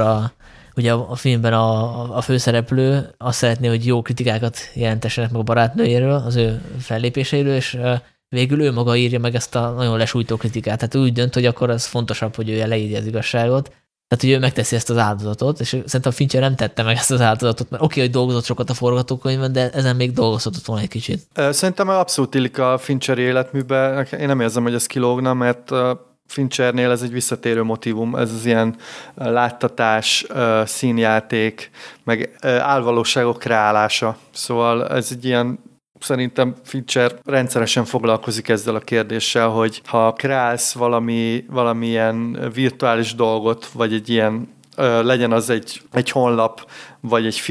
a filmben a főszereplő azt szeretné, hogy jó kritikákat jelentessenek meg a barátnőjéről, az ő fellépéseiről, és végül ő maga írja meg ezt a nagyon lesújtó kritikát. Tehát úgy dönt, hogy akkor az fontosabb, hogy ő leírja az igazságot. Tehát, hogy ő megteszi ezt az áldozatot, és szerintem Fincher nem tette meg ezt az áldozatot, mert oké, hogy dolgozott sokat a forgatókönyvben, de ezen még dolgozhatott volna egy kicsit. Szerintem abszolút illik a Fincher életműbe. Én nem érzem, hogy ez kilógna, mert Finchernél ez egy visszatérő motívum, ez az ilyen láttatás, színjáték, meg álvalóságok kreálása. Szóval ez egy ilyen, szerintem Fincher rendszeresen foglalkozik ezzel a kérdéssel, hogy ha kreálsz valamilyen virtuális dolgot, vagy egy ilyen, legyen az egy honlap, vagy egy film,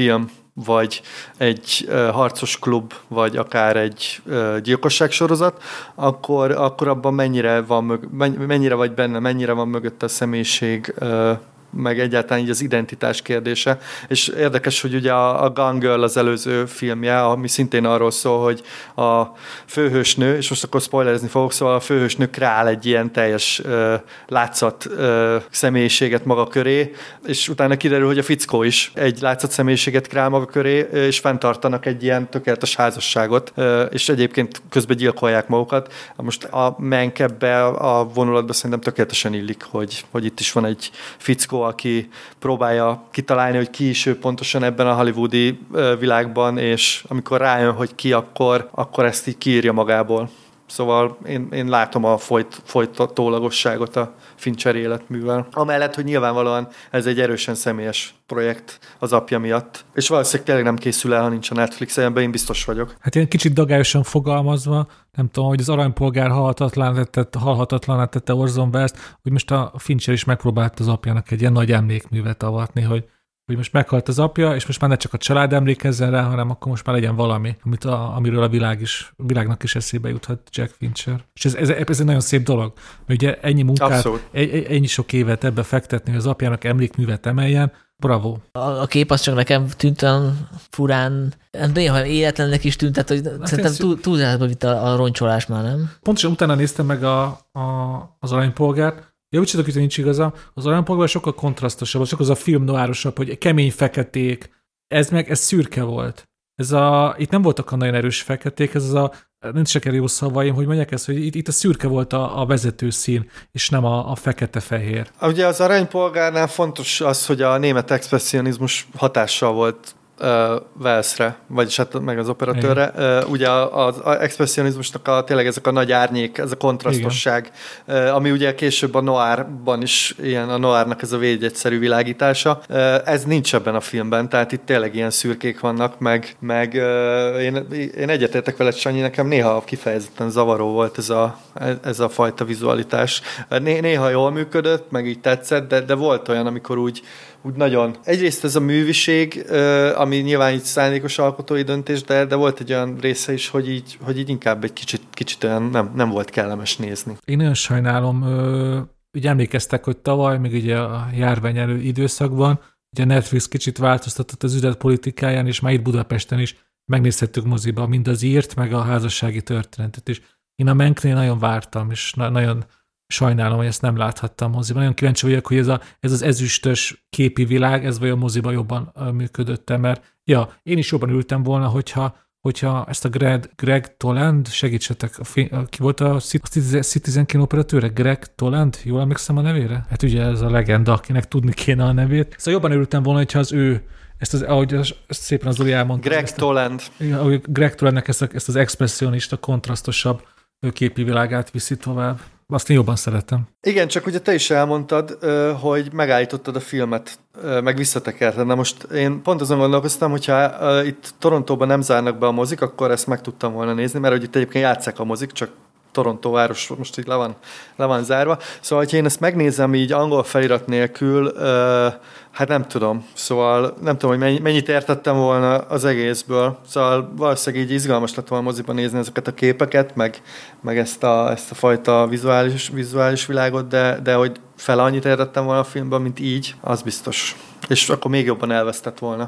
vagy egy harcos klub, vagy akár egy gyilkosságsorozat, akkor abban mennyire vagy benne, mennyire van mögött a személyiség, meg egyáltalán így az identitás kérdése. És érdekes, hogy ugye a Gone Girl az előző filmje, ami szintén arról szól, hogy a főhősnő, és most akkor spoilerezni fogok, szóval a főhősnő král egy ilyen teljes látszat személyiséget maga köré, és utána kiderül, hogy a fickó is egy látszat személyiséget král maga köré, és fenntartanak egy ilyen tökéletes házasságot, és egyébként közben gyilkolják magukat. Most a Mank ebbe a vonulatba szerintem tökéletesen illik, hogy itt is van egy fickó, aki próbálja kitalálni, hogy ki is ő pontosan ebben a hollywoodi világban, és amikor rájön, hogy ki, akkor ezt így kiírja magából. Szóval én látom a folytatólagosságot a Fincher életművel. Amellett, hogy nyilvánvalóan ez egy erősen személyes projekt az apja miatt. És valószínűleg tényleg nem készül el, ha nincs a Netflix, ebben én biztos vagyok. Hát ilyen kicsit dagályosan fogalmazva, nem tudom, hogy az Aranypolgár halhatatlaná tette Orson Welles-t, hogy most a Fincher is megpróbált az apjának egy ilyen nagy emlékművet avatni, hogy most meghalt az apja, és most már ne csak a család emlékezzen rá, hanem akkor most már legyen valami, amiről a világnak is eszébe juthat Jack Fincher. És ez egy nagyon szép dolog, mert ugye ennyi munkát, ennyi sok évet ebbe fektetni, hogy az apjának emlékművet emeljen, bravo. A kép az csak nekem tűnt olyan furán, néha életlennek is tűnt, tehát hogy szerintem túlzásba vitt a roncsolás már, nem? Pontosan utána néztem meg az Aranypolgárt. Javítsatok, hogy nincs igaza, az Aranypolgár sokkal kontrasztosabb, csak az a film noárosabb, hogy kemény feketék, ez szürke volt. Itt nem voltak a nagyon erős feketék, nincs csak jó szavaim, hogy mondják ezt, hogy itt a szürke volt a vezető szín, és nem a fekete-fehér. Ugye az Aranypolgárnál fontos az, hogy a német expresszionizmus hatással volt Wellesre, vagyis hát meg az operatőrre. Ugye az expresszionizmusnak tényleg ezek a nagy árnyék, ez a kontrasztosság, ami ugye később a noárban is ilyen, a noárnak ez a védjegyszerű világítása. Ez nincs ebben a filmben, tehát itt tényleg ilyen szürkék vannak, meg én egyetértek veled, Sanyi, nekem néha kifejezetten zavaró volt ez a fajta vizualitás. Néha jól működött, meg így tetszett, de volt olyan, amikor úgy nagyon. Egyrészt ez a műviség, ami nyilván így szándékos alkotói döntés, de volt egy olyan része is, hogy így inkább egy kicsit olyan nem volt kellemes nézni. Én nagyon sajnálom, ugye emlékeztek, hogy tavaly, még ugye a járvány elő időszakban, ugye a Netflix kicsit változtatott az üzletpolitikáján, és már itt Budapesten is megnézhettük moziba mind az írt, meg a házassági történetet is. Én a Manknél nagyon vártam, és nagyon sajnálom, hogy ezt nem láthattam moziban. Nagyon kíváncsi vagyok, hogy ez az ezüstös képi világ, ez vajon moziban jobban működött, mert én is jobban ültem volna, hogyha ezt a Greg Toland, segítsetek, ki volt a Citizen Kino operatőre? Greg Toland? Jól emlékszem a nevére? Hát ugye ez a legenda, akinek tudni kéne a nevét. Szóval jobban örültem volna, hogyha az ő, ahogy ezt szépen az Zoli elmondta. Toland. Ahogy Greg Tolandnek ezt az expresszionista, kontrasztosabb képi világát viszi tovább. Azt én jobban szeretem. Igen, csak ugye te is elmondtad, hogy megállítottad a filmet, meg visszatekerted. Na most én pont azon gondolkoztam, hogyha itt Torontóban nem zárnak be a mozik, akkor ezt meg tudtam volna nézni, mert hogy itt egyébként játsszák a mozik, csak Toronto város most így le van zárva. Szóval, hogyha én ezt megnézem így angol felirat nélkül, hát nem tudom. Szóval nem tudom, hogy mennyit értettem volna az egészből. Szóval valószínűleg így izgalmas lett volna moziban nézni ezeket a képeket, meg ezt a fajta vizuális világot, de hogy fele annyit értettem volna a filmben, mint így, az biztos. És akkor még jobban elvesztett volna.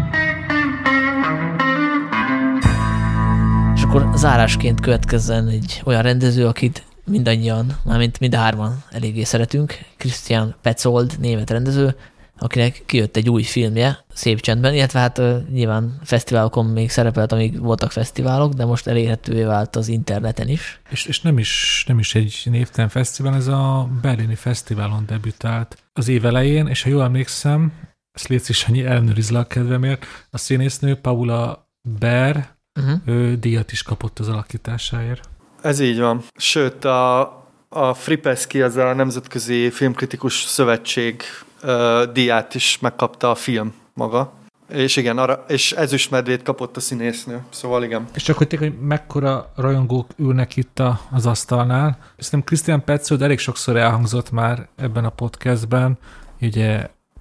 Akkor zárásként következzen egy olyan rendező, akit mindannyian, mármint mind a hárman eléggé szeretünk, Christian Petzold, német rendező, akinek kijött egy új filmje, Szép csendben, illetve hát nyilván fesztiválokon még szerepelt, amíg voltak fesztiválok, de most elérhetővé vált az interneten is. És nem is egy névtelen fesztivál, ez a berlini fesztiválon debütált az év elején, és ha jól emlékszem, ezt légy is annyi ellenőrizd le a kedvemért, a színésznő Paula Beer, ő díjat is kapott az alakításáért. Ez így van. Sőt, a Fripesky, az a Nemzetközi Filmkritikus Szövetség díját is megkapta a film maga. És igen, és ezüstmedvét kapott a színésznő. Szóval igen. És csak hogy mekkora rajongók ülnek itt az asztalnál. Szerintem Christian Petzold elég sokszor elhangzott már ebben a podcastben. Ugye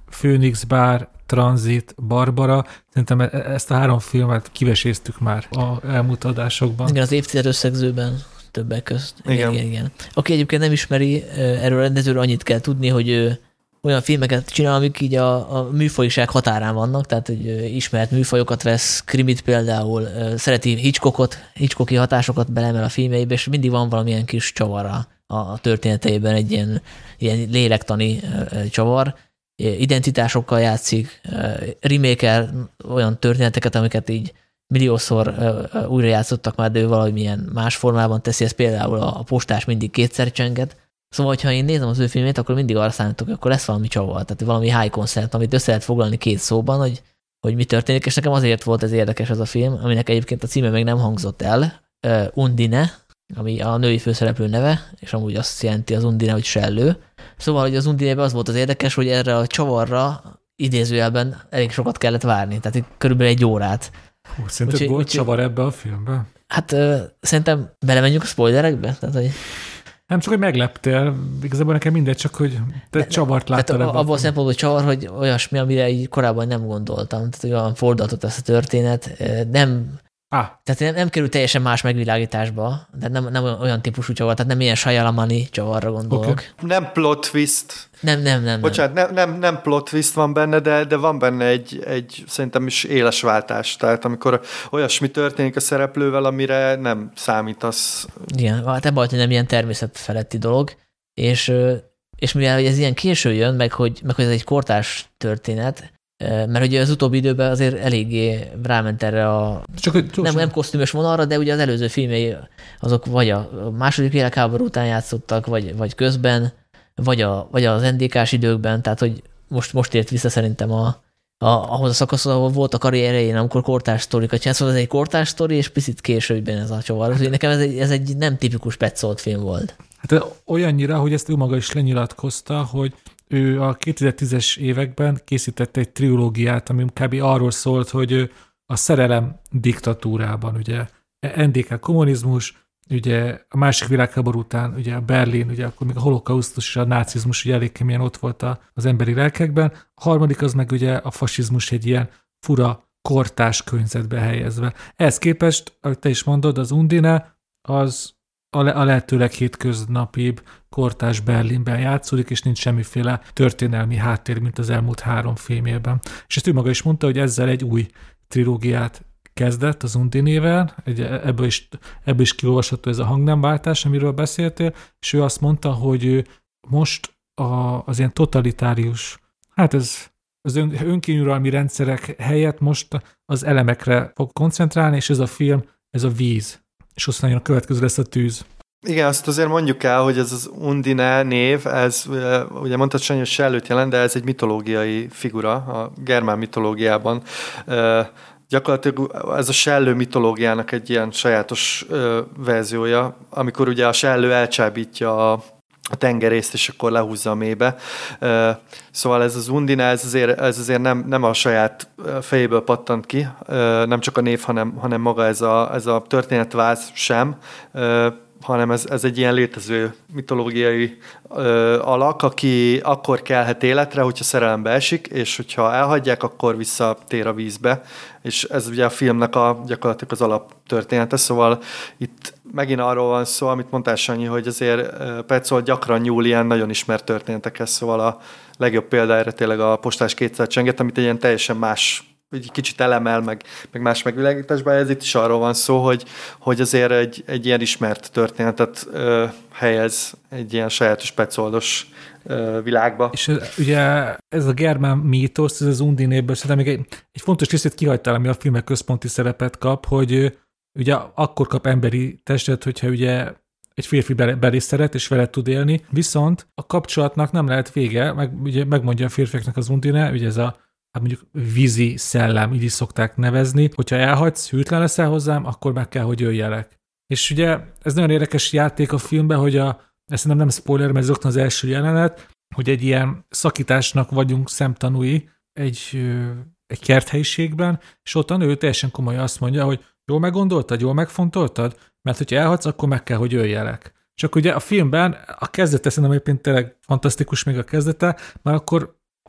Phoenix Bar, Transit, Barbara. Szerintem ezt a 3 filmet kiveséztük már a elmúlt adásokban. Igen, az évtized összegzőben többek közt. Igen. Aki egyébként nem ismeri, erről a rendezőről annyit kell tudni, hogy olyan filmeket csinál, amik így a műfajiság határán vannak, tehát hogy ismert műfajokat vesz, krimit például, szereti Hitchcocki hatásokat belemel a filmjeibe, és mindig van valamilyen kis csavar a történeteiben, egy ilyen lélektani csavar. Identitásokkal játszik, remake-el olyan történeteket, amiket így milliószor újra játszottak már, de ő valamilyen más formában teszi, ez például a postás mindig kétszer csenget. Szóval, ha én nézem az ő filmét, akkor mindig arra számítok, hogy akkor lesz valami csavar, tehát valami high concept, amit össze lehet foglalni 2 szóban, hogy mi történik, és nekem azért volt ez érdekes ez a film, aminek egyébként a címe még nem hangzott el, Undine, ami a női főszereplő neve, és amúgy azt jelenti az Undine, hogy sellő. Szóval, hogy az Undinében az volt az érdekes, hogy erre a csavarra idézőjelben elég sokat kellett várni, tehát körülbelül 1 órát. Szerinted volt csavar ebbe a filmbe? Hát szerintem belemenjünk a spoilerekbe? Tehát, hogy... Nem csak, hogy megleptél, igazából nekem mindegy, csak hogy te csavart láttál ebben. Abban a szempontból, hogy csavar, hogy olyasmi, amire így korábban nem gondoltam. Tehát, hogy olyan fordulatot ezt a történet. Tehát nem kerül teljesen más megvilágításba, de nem olyan típusú csavar, tehát nem ilyen Shyamalan-i csavarra gondolok. Okay. Nem plot twist. Nem. Bocsánat, nem plot twist van benne, de van benne egy szerintem is éles váltás. Tehát amikor olyasmi történik a szereplővel, amire nem számítasz. Igen, hát ebben hogy nem ilyen természetfeletti dolog, és mivel hogy ez ilyen késő jön, meg hogy ez egy kortárs történet, mert ugye az utóbbi időben azért eléggé ráment erre nem kosztümös vonalra, de ugye az előző filmei azok vagy a második világháború után játszottak, vagy közben, vagy az NDK-s időkben, tehát hogy most ért vissza szerintem ahhoz a szakaszhoz, ahol volt a karrier elején, amikor kortárs sztorikat csinált, szóval ez egy kortárs sztori, és picit későbben ez a csavar. Hát, nekem ez egy nem tipikus Petzold film volt. Hát olyannyira, hogy ezt ő maga is lenyilatkozta, hogy ő a 2010-es években készített egy trilógiát, ami kb. Arról szólt, hogy a szerelem diktatúrában, ugye NDK kommunizmus, ugye a második világháború után, ugye a Berlin, ugye akkor még a holokausztus és a nácizmus ugye elég keményen ott volt az emberi lelkekben. A harmadik az meg ugye a fasizmus egy ilyen fura kortárs környezetbe helyezve. Ehhez képest, ahogy te is mondod, az Undine az a lehetőleg hétköznapibb kortárs Berlinben játszódik, és nincs semmiféle történelmi háttér, mint az elmúlt 3 filmjében. És ezt ő maga is mondta, hogy ezzel egy új trilógiát kezdett az Undinével, ebből is kiolvasható ez a hangnemváltás, amiről beszéltél, és ő azt mondta, hogy ő most az ilyen totalitárius, hát az önkényuralmi rendszerek helyett most az elemekre fog koncentrálni, és ez a film, ez a víz. És aztán a következő lesz a tűz. Igen, azt azért mondjuk el, hogy ez az Undine név, ez ugye mondtad Sanyi, hogy sellőt jelent, de ez egy mitológiai figura a germán mitológiában. Gyakorlatilag ez a sellő mitológiának egy ilyen sajátos verziója, amikor ugye a sellő elcsábítja a tengerészt, és akkor lehúzza a mélybe. Szóval ez az Undine, ez azért nem a saját fejéből pattant ki, nem csak a név, hanem maga ez a történetváz sem, hanem ez egy ilyen létező mitológiai alak, aki akkor kelhet életre, hogyha szerelembe esik, és hogyha elhagyják, akkor visszatér a vízbe, és ez ugye a filmnek gyakorlatilag az alaptörténete, szóval itt megint arról van szó, amit mondtál, Sanyi, hogy azért Petzold gyakran nyúl ilyen nagyon ismert történetekhez, szóval a legjobb példa erre tényleg a postás kétszer csenget, amit egy ilyen teljesen más, egy kicsit elemel, meg más megvilágításban, ez itt is arról van szó, hogy azért egy ilyen ismert történetet helyez egy ilyen sajátos Petzoldos világba. És ugye ez a germán mítosz, ez az Undinéből szerintem még egy fontos részét kihagytál, ami a filmek központi szerepet kap, hogy ugye akkor kap emberi testet, hogyha ugye egy férfi belé szeret, és vele tud élni, viszont a kapcsolatnak nem lehet vége, ugye megmondja a férfiaknak az Undine, ugye ez a hát mondjuk vízi szellem, így is szokták nevezni, hogyha elhagysz, hűtlen leszel hozzám, akkor meg kell, hogy jöjjelek. És ugye ez nagyon érdekes játék a filmben, hogy ezt nem spoiler, mert ez az első jelenet, hogy egy ilyen szakításnak vagyunk szemtanúi egy kerthelyiségben, és ott a nő teljesen komolyan azt mondja, hogy jól meggondoltad, jól megfontoltad, mert hogyha elhagysz, akkor meg kell, hogy jöjjelek. Csak ugye a filmben a kezdete szerintem egyébként tényleg fantasztikus még a kezdete, mert akkor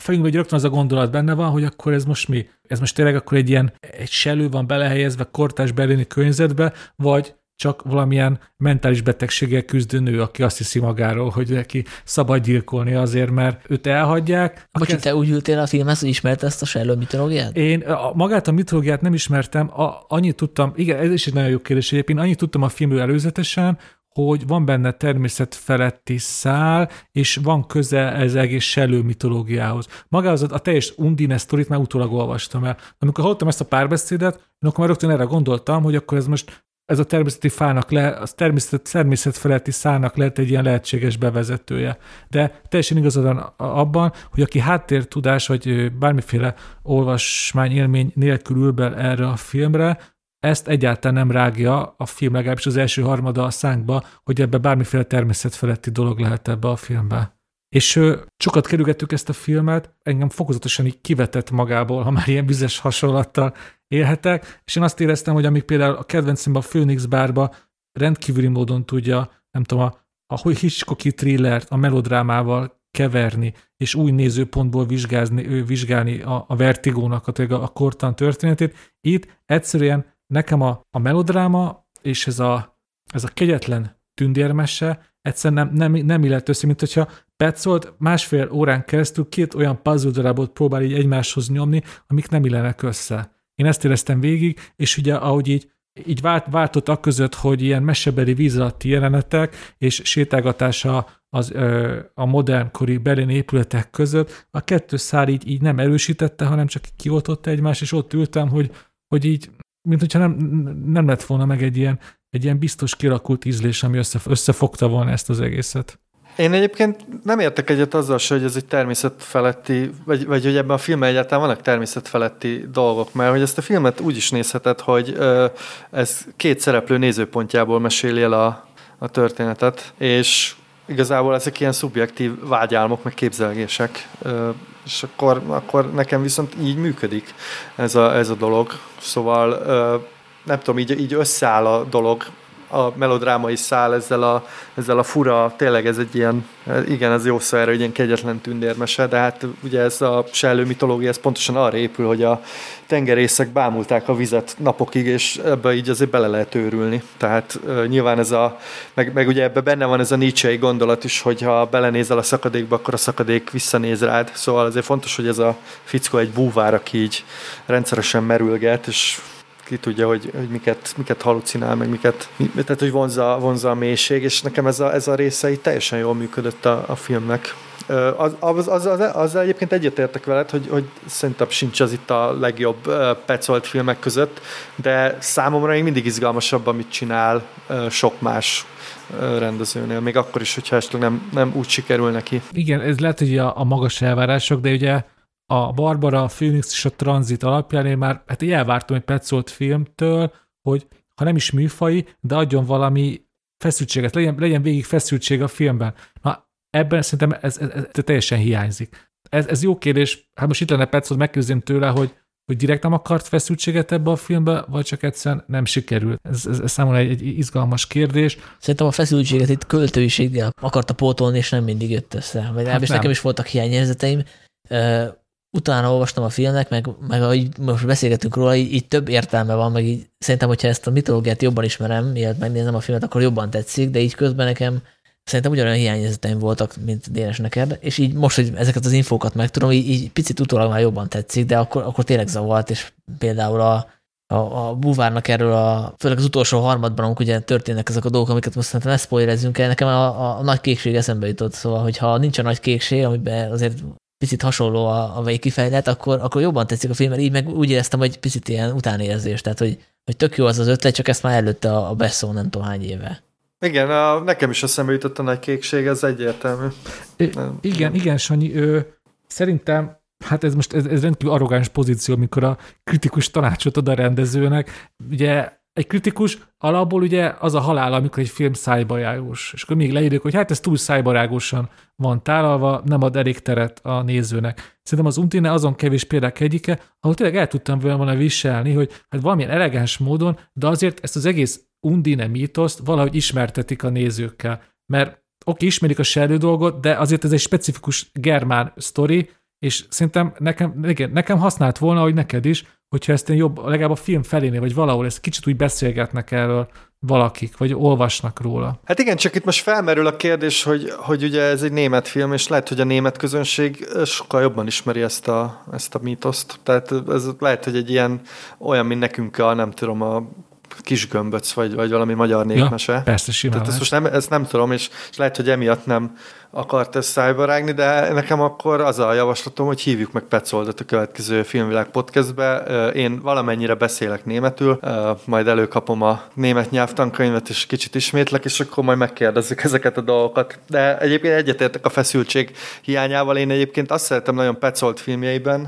fejünkben rögtön az a gondolat benne van, hogy akkor ez most mi? Ez most tényleg akkor egy sellő van belehelyezve kortárs berlini környezetbe, vagy csak valamilyen mentális betegséggel küzdő nő, aki azt hiszi magáról, hogy neki szabad gyilkolni azért, mert őt elhagyják. Bocsi, te úgy ültél a filmhez, hogy ismerte ezt a Shelley mitológiát? Én magát a mitológiát nem ismertem, annyit tudtam, igen, ez is egy nagyon jó kérdés egyébként, annyit tudtam a filmről előzetesen, hogy van benne természetfeletti szál, és van köze ez egész Shelley mitológiához. Magához a teljes Undine sztorit már utólag olvastam el. Amikor hallottam ezt a párbeszédet, én akkor már rögtön erre gondoltam, hogy akkor ez a természeti fának, az természetfeletti szálnak lehet egy ilyen lehetséges bevezetője. De teljesen igazad van abban, hogy aki háttértudás, vagy bármiféle olvasmányélmény nélkül ül be erre a filmre, ezt egyáltalán nem rágja a film, legalábbis az első harmada a szánkba, hogy ebbe bármiféle természetfeletti dolog lehet ebbe a filmbe. És sokat kerülgettük ezt a filmet, engem fokozatosan így kivetett magából, ha már ilyen vizes hasonlattal élhetek, és én azt éreztem, hogy amíg például a kedvencemben a Phoenix Barba rendkívüli módon tudja, nem tudom, a Hitchcocki thrillert a melodrámával keverni, és új nézőpontból vizsgálni a Vertigónak a kortan történetét, itt egyszerűen nekem a melodráma és ez a kegyetlen tündérmese egyszerűen nem illet össze, mint hogyha Petzold másfél órán keresztül 2 olyan puzzle darabot próbál így egymáshoz nyomni, amik nem illenek össze. Én ezt éreztem végig, és ugye ahogy így váltott a között, hogy ilyen mesebeli víz alatti jelenetek és sétálgatása a modernkori berlini épületek között, a 2 szál így nem erősítette, hanem csak kioltotta egymást, és ott ültem, hogy így, mint hogyha nem lett volna meg egy ilyen biztos kialakult ízlés, ami összefogta volna ezt az egészet. Én egyébként nem értek egyet azzal se, hogy ez egy természetfeletti, vagy hogy ebben a filmben egyáltalán vannak természetfeletti dolgok, mert hogy ezt a filmet úgy is nézheted, hogy ez 2 szereplő nézőpontjából meséli el a történetet, és igazából ezek ilyen szubjektív vágyálmok, meg képzelgések, és akkor nekem viszont így működik ez a dolog. Szóval nem tudom, így összeáll a dolog, a melodrámai szál ezzel a fura, tényleg ez egy ilyen, igen, ez jó szó erre, hogy ilyen kegyetlen tündérmese, de hát ugye ez a Shelley mitológia, ez pontosan arra épül, hogy a tengerészek bámulták a vizet napokig, és ebbe így azért bele lehet őrülni. Tehát nyilván meg ugye ebbe benne van ez a Nietzschei gondolat is, hogy ha belenézel a szakadékba, akkor a szakadék visszanéz rád. Szóval azért fontos, hogy ez a fickó egy búvár, aki így rendszeresen merülget, és ki tudja, hogy miket halucinál, meg tehát hogy vonza a mélység, és nekem ez a része így teljesen jól működött a filmnek. Azzal egyébként egyetértek veled, hogy szerintem sincs az itt a legjobb Petzold filmek között, de számomra még mindig izgalmasabb, amit csinál sok más rendezőnél, még akkor is, hogyha esetleg nem úgy sikerül neki. Igen, ez lehet, hogy a magas elvárások, de ugye a Barbara, a Phoenix és a Transit alapján én már így elvártam egy Petzold filmtől, hogy ha nem is műfai, de adjon valami feszültséget, legyen végig feszültség a filmben. Na, ebben szerintem ez teljesen hiányzik. Ez jó kérdés, hát most itt lenne Petzold, megkérdezném tőle, hogy direkt nem akart feszültséget ebbe a filmbe, vagy csak egyszerűen nem sikerült. Ez számomra egy izgalmas kérdés. Szerintem a feszültséget itt költőiséggel akarta pótolni, és nem mindig jött össze. Vagy hát nekem is voltak hiányérzeteim. Utána olvastam a filmnek, meg ahogy most beszélgetünk róla, így több értelme van, meg így szerintem, hogyha ezt a mitológiát jobban ismerem, mielőtt megnézem a filmet, akkor jobban tetszik, de így közben nekem szerintem ugyanolyan hiányérzeteim voltak, mint Dénes neked, és így most, hogy ezeket az infókat megtudom, így picit utólag már jobban tetszik, de akkor tényleg zavart, és például a búvárnak erről, főleg az utolsó harmadban, amikor ugye történnek ezek a dolgok, amiket most szerintem ne spoilerezzünk el, nekem a nagy kékség eszembe jutott, szóval, hogyha nincs a nagy kékség, amiben azért picit hasonló a végkifejlet, akkor jobban tetszik a film, mert így meg úgy éreztem, hogy picit ilyen utánérzés, tehát hogy tök jó az ötlet, csak ezt már előtte a Besson nem tudom hány éve. Igen, nekem is eszembe jutott a nagy kékség, ez egyértelmű. Igen, Sanyi, szerintem, hát ez rendkívül arrogáns pozíció, amikor a kritikus tanácsot ad a rendezőnek. Ugye egy kritikus alapból ugye az a halál, amikor egy film szájbarágos. És akkor még leírjuk, hogy hát ez túl szájbarágosan van tálalva, nem ad elég teret a nézőnek. Szerintem az Undine azon kevés példák egyike, ahol tényleg el tudtam volna viselni, hogy hát valamilyen elegáns módon, de azért ezt az egész Undine mítoszt valahogy ismertetik a nézőkkel. Mert ismerik a Shelley dolgot, de azért ez egy specifikus germán sztori, és szerintem nekem használt volna, hogy neked is, hogyha ezt én jobb, legalább a film felénél, vagy valahol ezt kicsit úgy beszélgetnek erről valakik, vagy olvasnak róla. Hát igen, csak itt most felmerül a kérdés, hogy ugye ez egy német film, és lehet, hogy a német közönség sokkal jobban ismeri ezt a mítoszt. Tehát ez lehet, hogy egy ilyen olyan, mint nekünk nem tudom, a Kis Gömböc, vagy valami magyar népmese. Ja, persze, simán. Tehát ezt nem tudom, és lehet, hogy emiatt nem akart ezt szájba rágni, de nekem akkor az a javaslatom, hogy hívjuk meg Petzoldot a következő Filmvilág podcastbe. Én valamennyire beszélek németül, majd előkapom a német nyelvtankönyvet, és kicsit ismétlek, és akkor majd megkérdezzük ezeket a dolgokat. De egyébként egyetértek a feszültség hiányával. Én egyébként azt szeretem nagyon Petzold filmjeiben,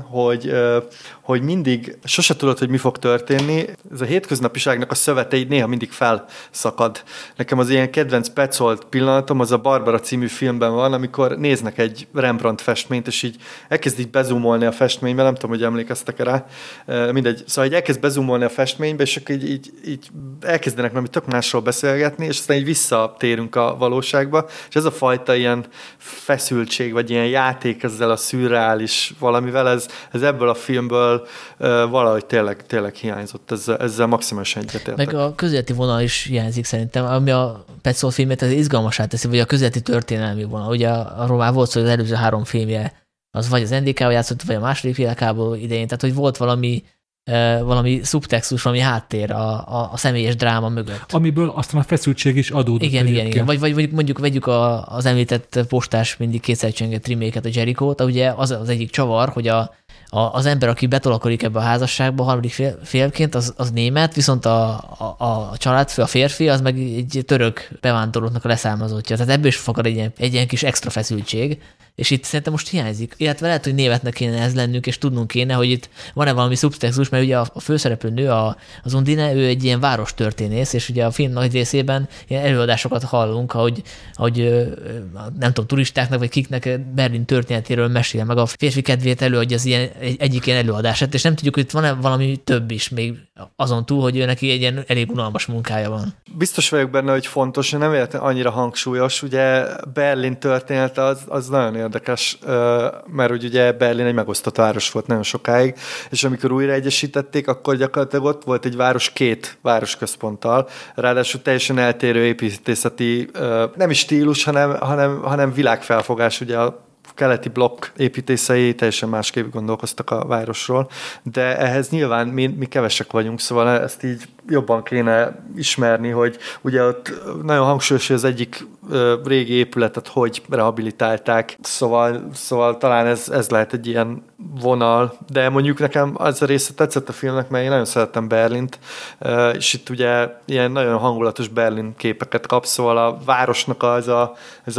hogy mindig sose tudod, hogy mi fog történni. Ez a hétköznapiságnak a szövete így néha mindig felszakad. Nekem az ilyen kedvenc Petzold pillanatom az a Barbara című filmben van, amikor néznek egy Rembrandt festményt, és így elkezd így bezumolni a festménybe, nem tudom, hogy emlékeztek rá, mindegy. Szóval így elkezd bezumolni a festménybe, és akkor így elkezdenek valami tök másról beszélgetni, és aztán így visszatérünk a valóságba, és ez a fajta ilyen feszültség, vagy ilyen játék ezzel a szürreális valamivel, ez ebből a filmből valahogy tényleg hiányzott. Ezzel maximálisan egyetértek. Meg a közéleti vonal is hiányzik szerintem, ami a Petzold filmet ez izgalmasá teszi, vagy a közéleti történelmi vonal. Ugye arról már volt szó, hogy az előző 3 filmje az vagy az NDK-val játszott, vagy a második világháború idején, tehát hogy volt valami szubtextus, valami háttér a személyes dráma mögött. Amiből aztán a feszültség is adódott. Igen. Vagy mondjuk vegyük az említett postás mindig kétszer csengett reméket, a Jericho-t, ugye az egyik csavar, hogy az ember, aki betolakodik ebbe a házasságba, a harmadik félként, az német, viszont a családfő, a férfi, az meg egy török bevándorlóknak a leszármazottja. Tehát ebből is fakad egy ilyen kis extra feszültség, és itt szerintem most hiányzik. Illetve lehet, hogy németnek kéne ez lennünk, és tudnunk kéne, hogy itt van-e valami szubtextus, mert ugye a főszereplő nő, az Undine, ő egy ilyen várostörténész, és ugye a film nagy részében ilyen előadásokat hallunk, hogy nem tudom, turistáknak, vagy kiknek Berlin történetéről mesél, meg a férfi kedvét előadja az ilyen egyik ilyen előadását, és nem tudjuk, hogy itt van-e valami több is még azon túl, hogy ő neki egy ilyen elég unalmas munkája van. Biztos vagyok benne, hogy fontos, hogy nem véletlenül annyira hangsúlyos. Ugye Berlin története az nagyon érdekes, mert ugye Berlin egy megosztott város volt nagyon sokáig, és amikor újraegyesítették, akkor gyakorlatilag ott volt egy város 2 városközponttal, ráadásul teljesen eltérő építészeti, nem is stílus, hanem világfelfogás, ugye a keleti blokk építészei teljesen másképp gondolkoztak a városról, de ehhez nyilván mi kevesek vagyunk, szóval ezt így jobban kéne ismerni, hogy ugye ott nagyon hangsúlyos, hogy az egyik régi épületet hogy rehabilitálták, szóval talán ez lehet egy ilyen vonal, de mondjuk nekem az a része tetszett a filmnek, mert én nagyon szeretem Berlint, és itt ugye ilyen nagyon hangulatos Berlin képeket kapsz, szóval a városnak ez a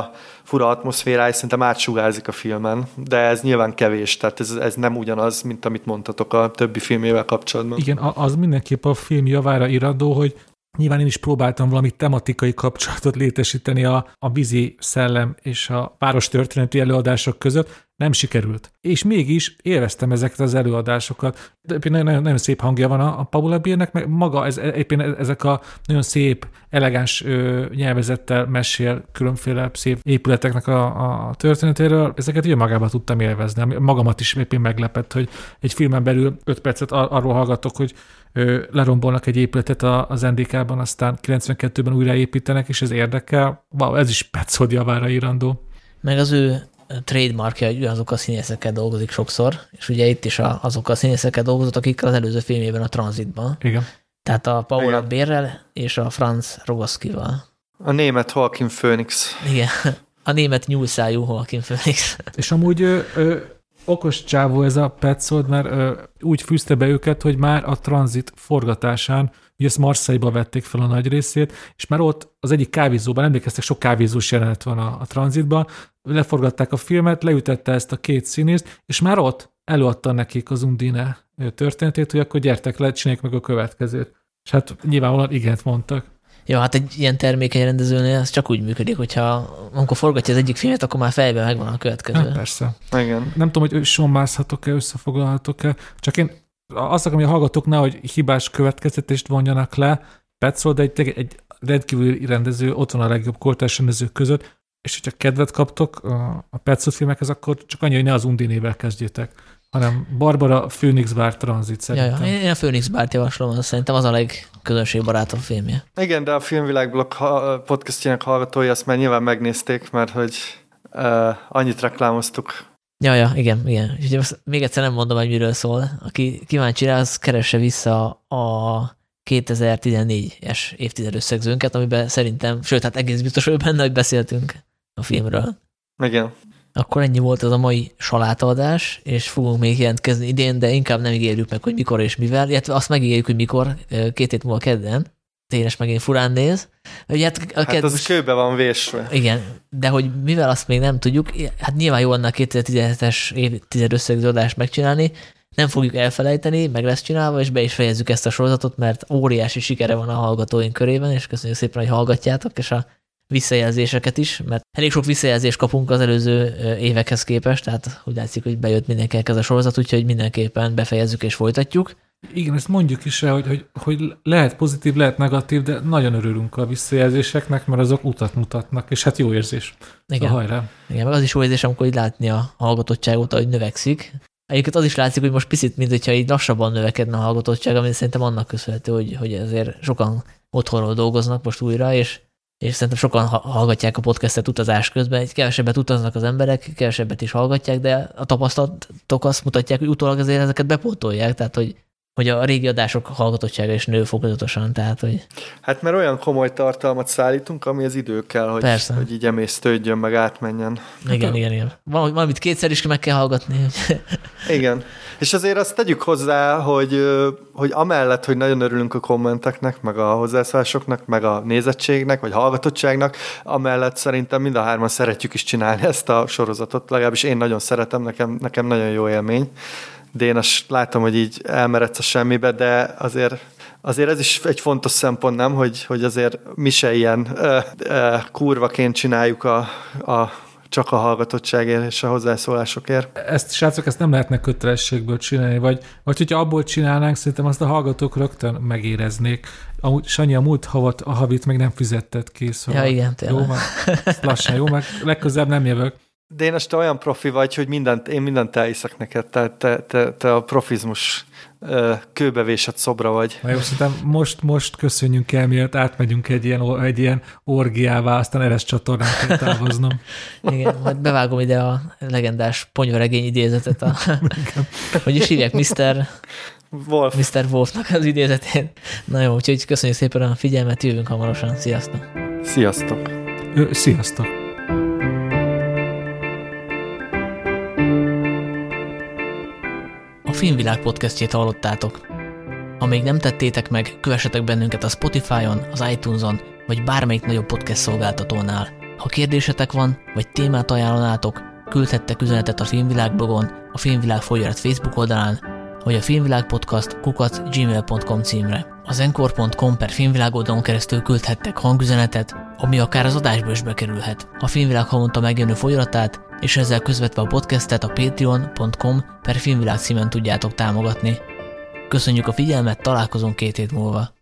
fura atmoszférája szerintem átsugárzik a filmen, de ez nyilván kevés, tehát ez nem ugyanaz, mint amit mondtatok a többi filmével kapcsolatban. Igen, az mindenképp a film javára irandó, hogy nyilván én is próbáltam valami tematikai kapcsolatot létesíteni a vízi szellem és a város történeti előadások között, nem sikerült. És mégis élveztem ezeket az előadásokat. Nagyon, nagyon szép hangja van a Paula Beernek, meg maga ezek a nagyon szép, elegáns nyelvezettel mesél különféle szép épületeknek a történetéről. Ezeket ugye magában tudtam élvezni. Magamat is éppen meglepett, hogy egy filmen belül 5 percet arról hallgatok, hogy lerombolnak egy épületet az NDK-ban, aztán 92-ben újraépítenek, és ez érdekel. Wow, ez is Petzold javára írandó. Meg az ő trademarkja, hogy azokkal a színészekkel dolgozik sokszor, és ugye itt is azokkal a színészekkel dolgozott, akikkel az előző filmében a Transitban. Igen. Tehát a Paula Beerrel és a Franz Rogowskival. A német Joaquin Phoenix. Igen, a német nyúlszájú Joaquin Phoenix. És amúgy okos csávó ez a Petzold, mert úgy fűzte be őket, hogy már a Transit forgatásán, ugye ezt Marseille-ba vették fel a nagy részét, és már ott az egyik kávézóban, emlékeztek, sok kávézós jelenet van a Transitban, leforgatták a filmet, leütette ezt a 2 színészt, és már ott előadta nekik az Undine történetét, hogy akkor gyertek le, csinálják meg a következőt. És hát nyilvánvalóan igent mondtak. Ja, hát egy ilyen termékeny rendezőnél ez csak úgy működik, hogyha amikor forgatja az egyik filmet, akkor már fejben megvan a következő. Hát persze. Igen. Nem tudom, hogy sommázhatok-e, összefoglalhatok-e, csak én azt akarom, hogy a hallgatók nehogy hibás következtetést vonjanak le. Petzold egy rendkívüli rendező, ott van a legjobb kortárs rendezők között, és hogyha kedvet kaptok a Petszut filmekhez, akkor csak annyi, hogy ne az Undinével kezdjétek, hanem Barbara Phoenix Bar Transit szerintem. Ja, én a Phoenix Bart javaslom, szerintem az a legközönségbarátabb filmje. Igen, de a Filmvilágblog podcastjának hallgatói azt már nyilván megnézték, mert hogy annyit reklámoztuk. Ja, igen. Úgyhogy még egyszer nem mondom, hogy miről szól. Aki kíváncsi rá, az keresse vissza a 2014-es évtized összegzőnket, amiben szerintem, sőt, hát egész biztos, hogy benne, hogy beszéltünk a filmről. Igen. Akkor ennyi volt ez a mai salátaadás, és fogunk még jelentkezni idén, de inkább nem ígérjük meg, hogy mikor és mivel, illetve azt megígérjük, hogy mikor, 2 hét múlva kedden. Tényleg megint furán néz. Ugye, hát az kőbe van vésve. Igen, de hogy mivel azt még nem tudjuk, hát nyilván jó lenne a 2017-es évtized összegző adást megcsinálni, nem fogjuk elfelejteni, meg lesz csinálva, és be is fejezzük ezt a sorozatot, mert óriási sikere van a hallgatóink körében, és köszönjük szépen, hogy hallgatjátok, és a visszajelzéseket is, mert elég sok visszajelzést kapunk az előző évekhez képest, tehát úgy látszik, hogy bejött mindenkinek ez a sorozat, úgyhogy mindenképpen befejezzük és folytatjuk. Igen, ezt mondjuk is rá, hogy lehet pozitív, lehet negatív, de nagyon örülünk a visszajelzéseknek, mert azok utat mutatnak, és hát jó érzés. Igen, hajrá. Igen, meg az is jó érzés, amikor így látni a hallgatottságot, ahogy növekszik. Egyébként az is látszik, hogy most picit, mint hogyha így lassabban növekedne a hallgatottság, ami szerintem annak köszönhető, hogy azért sokan otthonról dolgoznak most újra, és szerintem sokan hallgatják a podcastet utazás közben, egy kevesebbet utaznak az emberek, kevesebbet is hallgatják, de a tapasztalatok azt mutatják, hogy utólag azért ezeket bepótolják, tehát hogy a régi adások hallgatottsága is nő fokozatosan, tehát hogy... Hát mert olyan komoly tartalmat szállítunk, ami az idő kell, hogy így emésztődjön, meg átmenjen. Igen. Valamit kétszer is meg kell hallgatni. Igen. És azért azt tegyük hozzá, hogy amellett, hogy nagyon örülünk a kommenteknek, meg a hozzászólásoknak, meg a nézettségnek, vagy hallgatottságnak, amellett szerintem mind a hárman szeretjük is csinálni ezt a sorozatot. Legalábbis én nagyon szeretem, nekem nagyon jó élmény. De én azt látom, hogy így elmeredsz a semmibe, de azért ez is egy fontos szempont, nem? Hogy azért mi se ilyen kurvaként csináljuk csak a hallgatottságért és a hozzászólásokért. Ezt, srácok, ezt nem lehetne kötelességből csinálni, vagy hogyha abból csinálnánk, szerintem azt a hallgatók rögtön megéreznék. Sanyi, a múlt havit meg nem fizetted ki, szóval ja, igen, jó, lassan, jó, meg legközelebb nem jövök. De én te olyan profi vagy, hogy én mindent elhiszek neked, te a profizmus kőbevésett szobra vagy. Na jó, szerintem most köszönjünk el, miért átmegyünk egy ilyen orgiává, aztán eres csatornán kell távoznom. Igen, majd bevágom ide a legendás ponyvaregény idézetet, hogy is hívják, Mr. Wolfnak az idézetét. Na jó, úgyhogy köszönjük szépen a figyelmet, jövünk hamarosan. Sziasztok! Sziasztok! Sziasztok! A Filmvilág podcastjét hallottátok. Ha még nem tettétek meg, kövessetek bennünket a Spotify-on, az iTunes-on, vagy bármelyik nagyobb podcast szolgáltatónál. Ha kérdésetek van, vagy témát ajánlanátok, küldhettek üzenetet a Filmvilág blogon, a Filmvilág folyóirat Facebook oldalán, vagy a filmvilágpodcast@gmail.com címre. Az encore.com/filmvilág oldalon keresztül küldhettek hangüzenetet, ami akár az adásba is bekerülhet. A Filmvilág havonta megjelenő folyóiratát, és ezzel közvetve a podcastet a patreon.com/filmvilág címen tudjátok támogatni. Köszönjük a figyelmet, találkozunk 2 hét múlva.